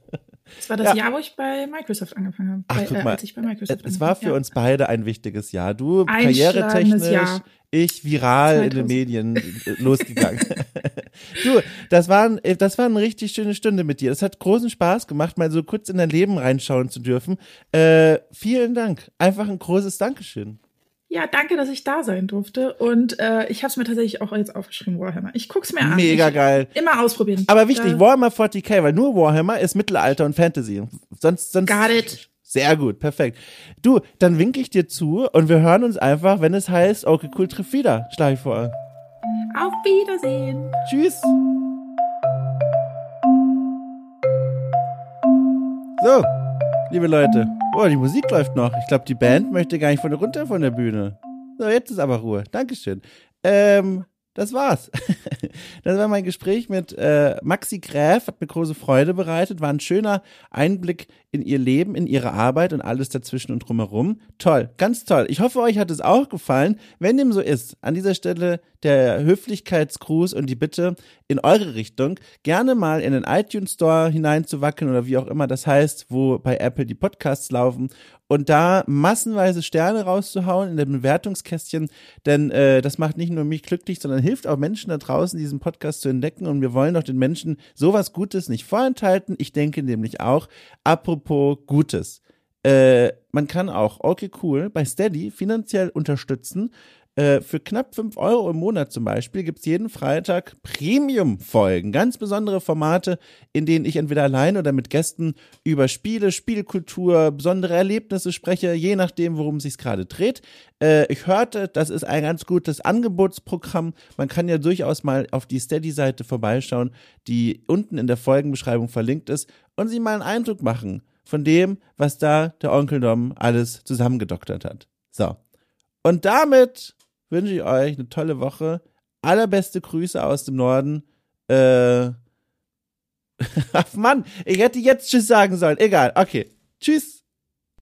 Das war das Jahr, wo ich bei Microsoft angefangen habe. Ach, guck mal, als ich bei Microsoft es war für uns beide ein wichtiges Jahr. Du Einschlagendes karrieretechnisch, Jahr. ich viral in den Medien losgegangen. Du, das war eine richtig schöne Stunde mit dir. Es hat großen Spaß gemacht, mal so kurz in dein Leben reinschauen zu dürfen. Vielen Dank. Einfach ein großes Dankeschön. Ja, danke, dass ich da sein durfte. Und ich habe es mir tatsächlich auch jetzt aufgeschrieben, Warhammer. Ich guck's mir an. Mega geil. Immer ausprobieren. Aber wichtig, Warhammer 40k, weil nur Warhammer ist Mittelalter und Fantasy. Sonst Got it. Sehr gut, perfekt. Du, dann winke ich dir zu und wir hören uns einfach, wenn es heißt, okay, cool, trifft wieder, schlage ich vor. Auf Wiedersehen. Tschüss. So, liebe Leute. Oh, die Musik läuft noch. Ich glaube, die Band möchte gar nicht runter von der Bühne. So, jetzt ist aber Ruhe. Dankeschön. Das war's. Das war mein Gespräch mit Maxi Gräf, hat mir große Freude bereitet, war ein schöner Einblick in ihr Leben, in ihre Arbeit und alles dazwischen und drumherum. Toll, ganz toll. Ich hoffe, euch hat es auch gefallen. Wenn dem so ist, an dieser Stelle der Höflichkeitsgruß und die Bitte in eure Richtung, gerne mal in den iTunes Store hineinzuwackeln oder wie auch immer das heißt, wo bei Apple die Podcasts laufen und da massenweise Sterne rauszuhauen in dem Bewertungskästchen, denn das macht nicht nur mich glücklich, sondern hilft auch Menschen da draußen, diesen Podcast zu entdecken und wir wollen doch den Menschen sowas Gutes nicht vorenthalten. Ich denke nämlich auch, apropos Gutes, man kann auch okay cool bei Steady finanziell unterstützen. Für knapp 5 € im Monat zum Beispiel gibt's jeden Freitag Premium-Folgen, ganz besondere Formate, in denen ich entweder allein oder mit Gästen über Spiele, Spielkultur, besondere Erlebnisse spreche, je nachdem, worum es sich gerade dreht. Ich hörte, das ist ein ganz gutes Angebotsprogramm. Man kann ja durchaus mal auf die Steady-Seite vorbeischauen, die unten in der Folgenbeschreibung verlinkt ist und sich mal einen Eindruck machen von dem, was da der Onkel Dom alles zusammengedoktert hat. So. Und damit wünsche ich euch eine tolle Woche. Allerbeste Grüße aus dem Norden. Ach Mann, ich hätte jetzt Tschüss sagen sollen. Egal, okay. Tschüss.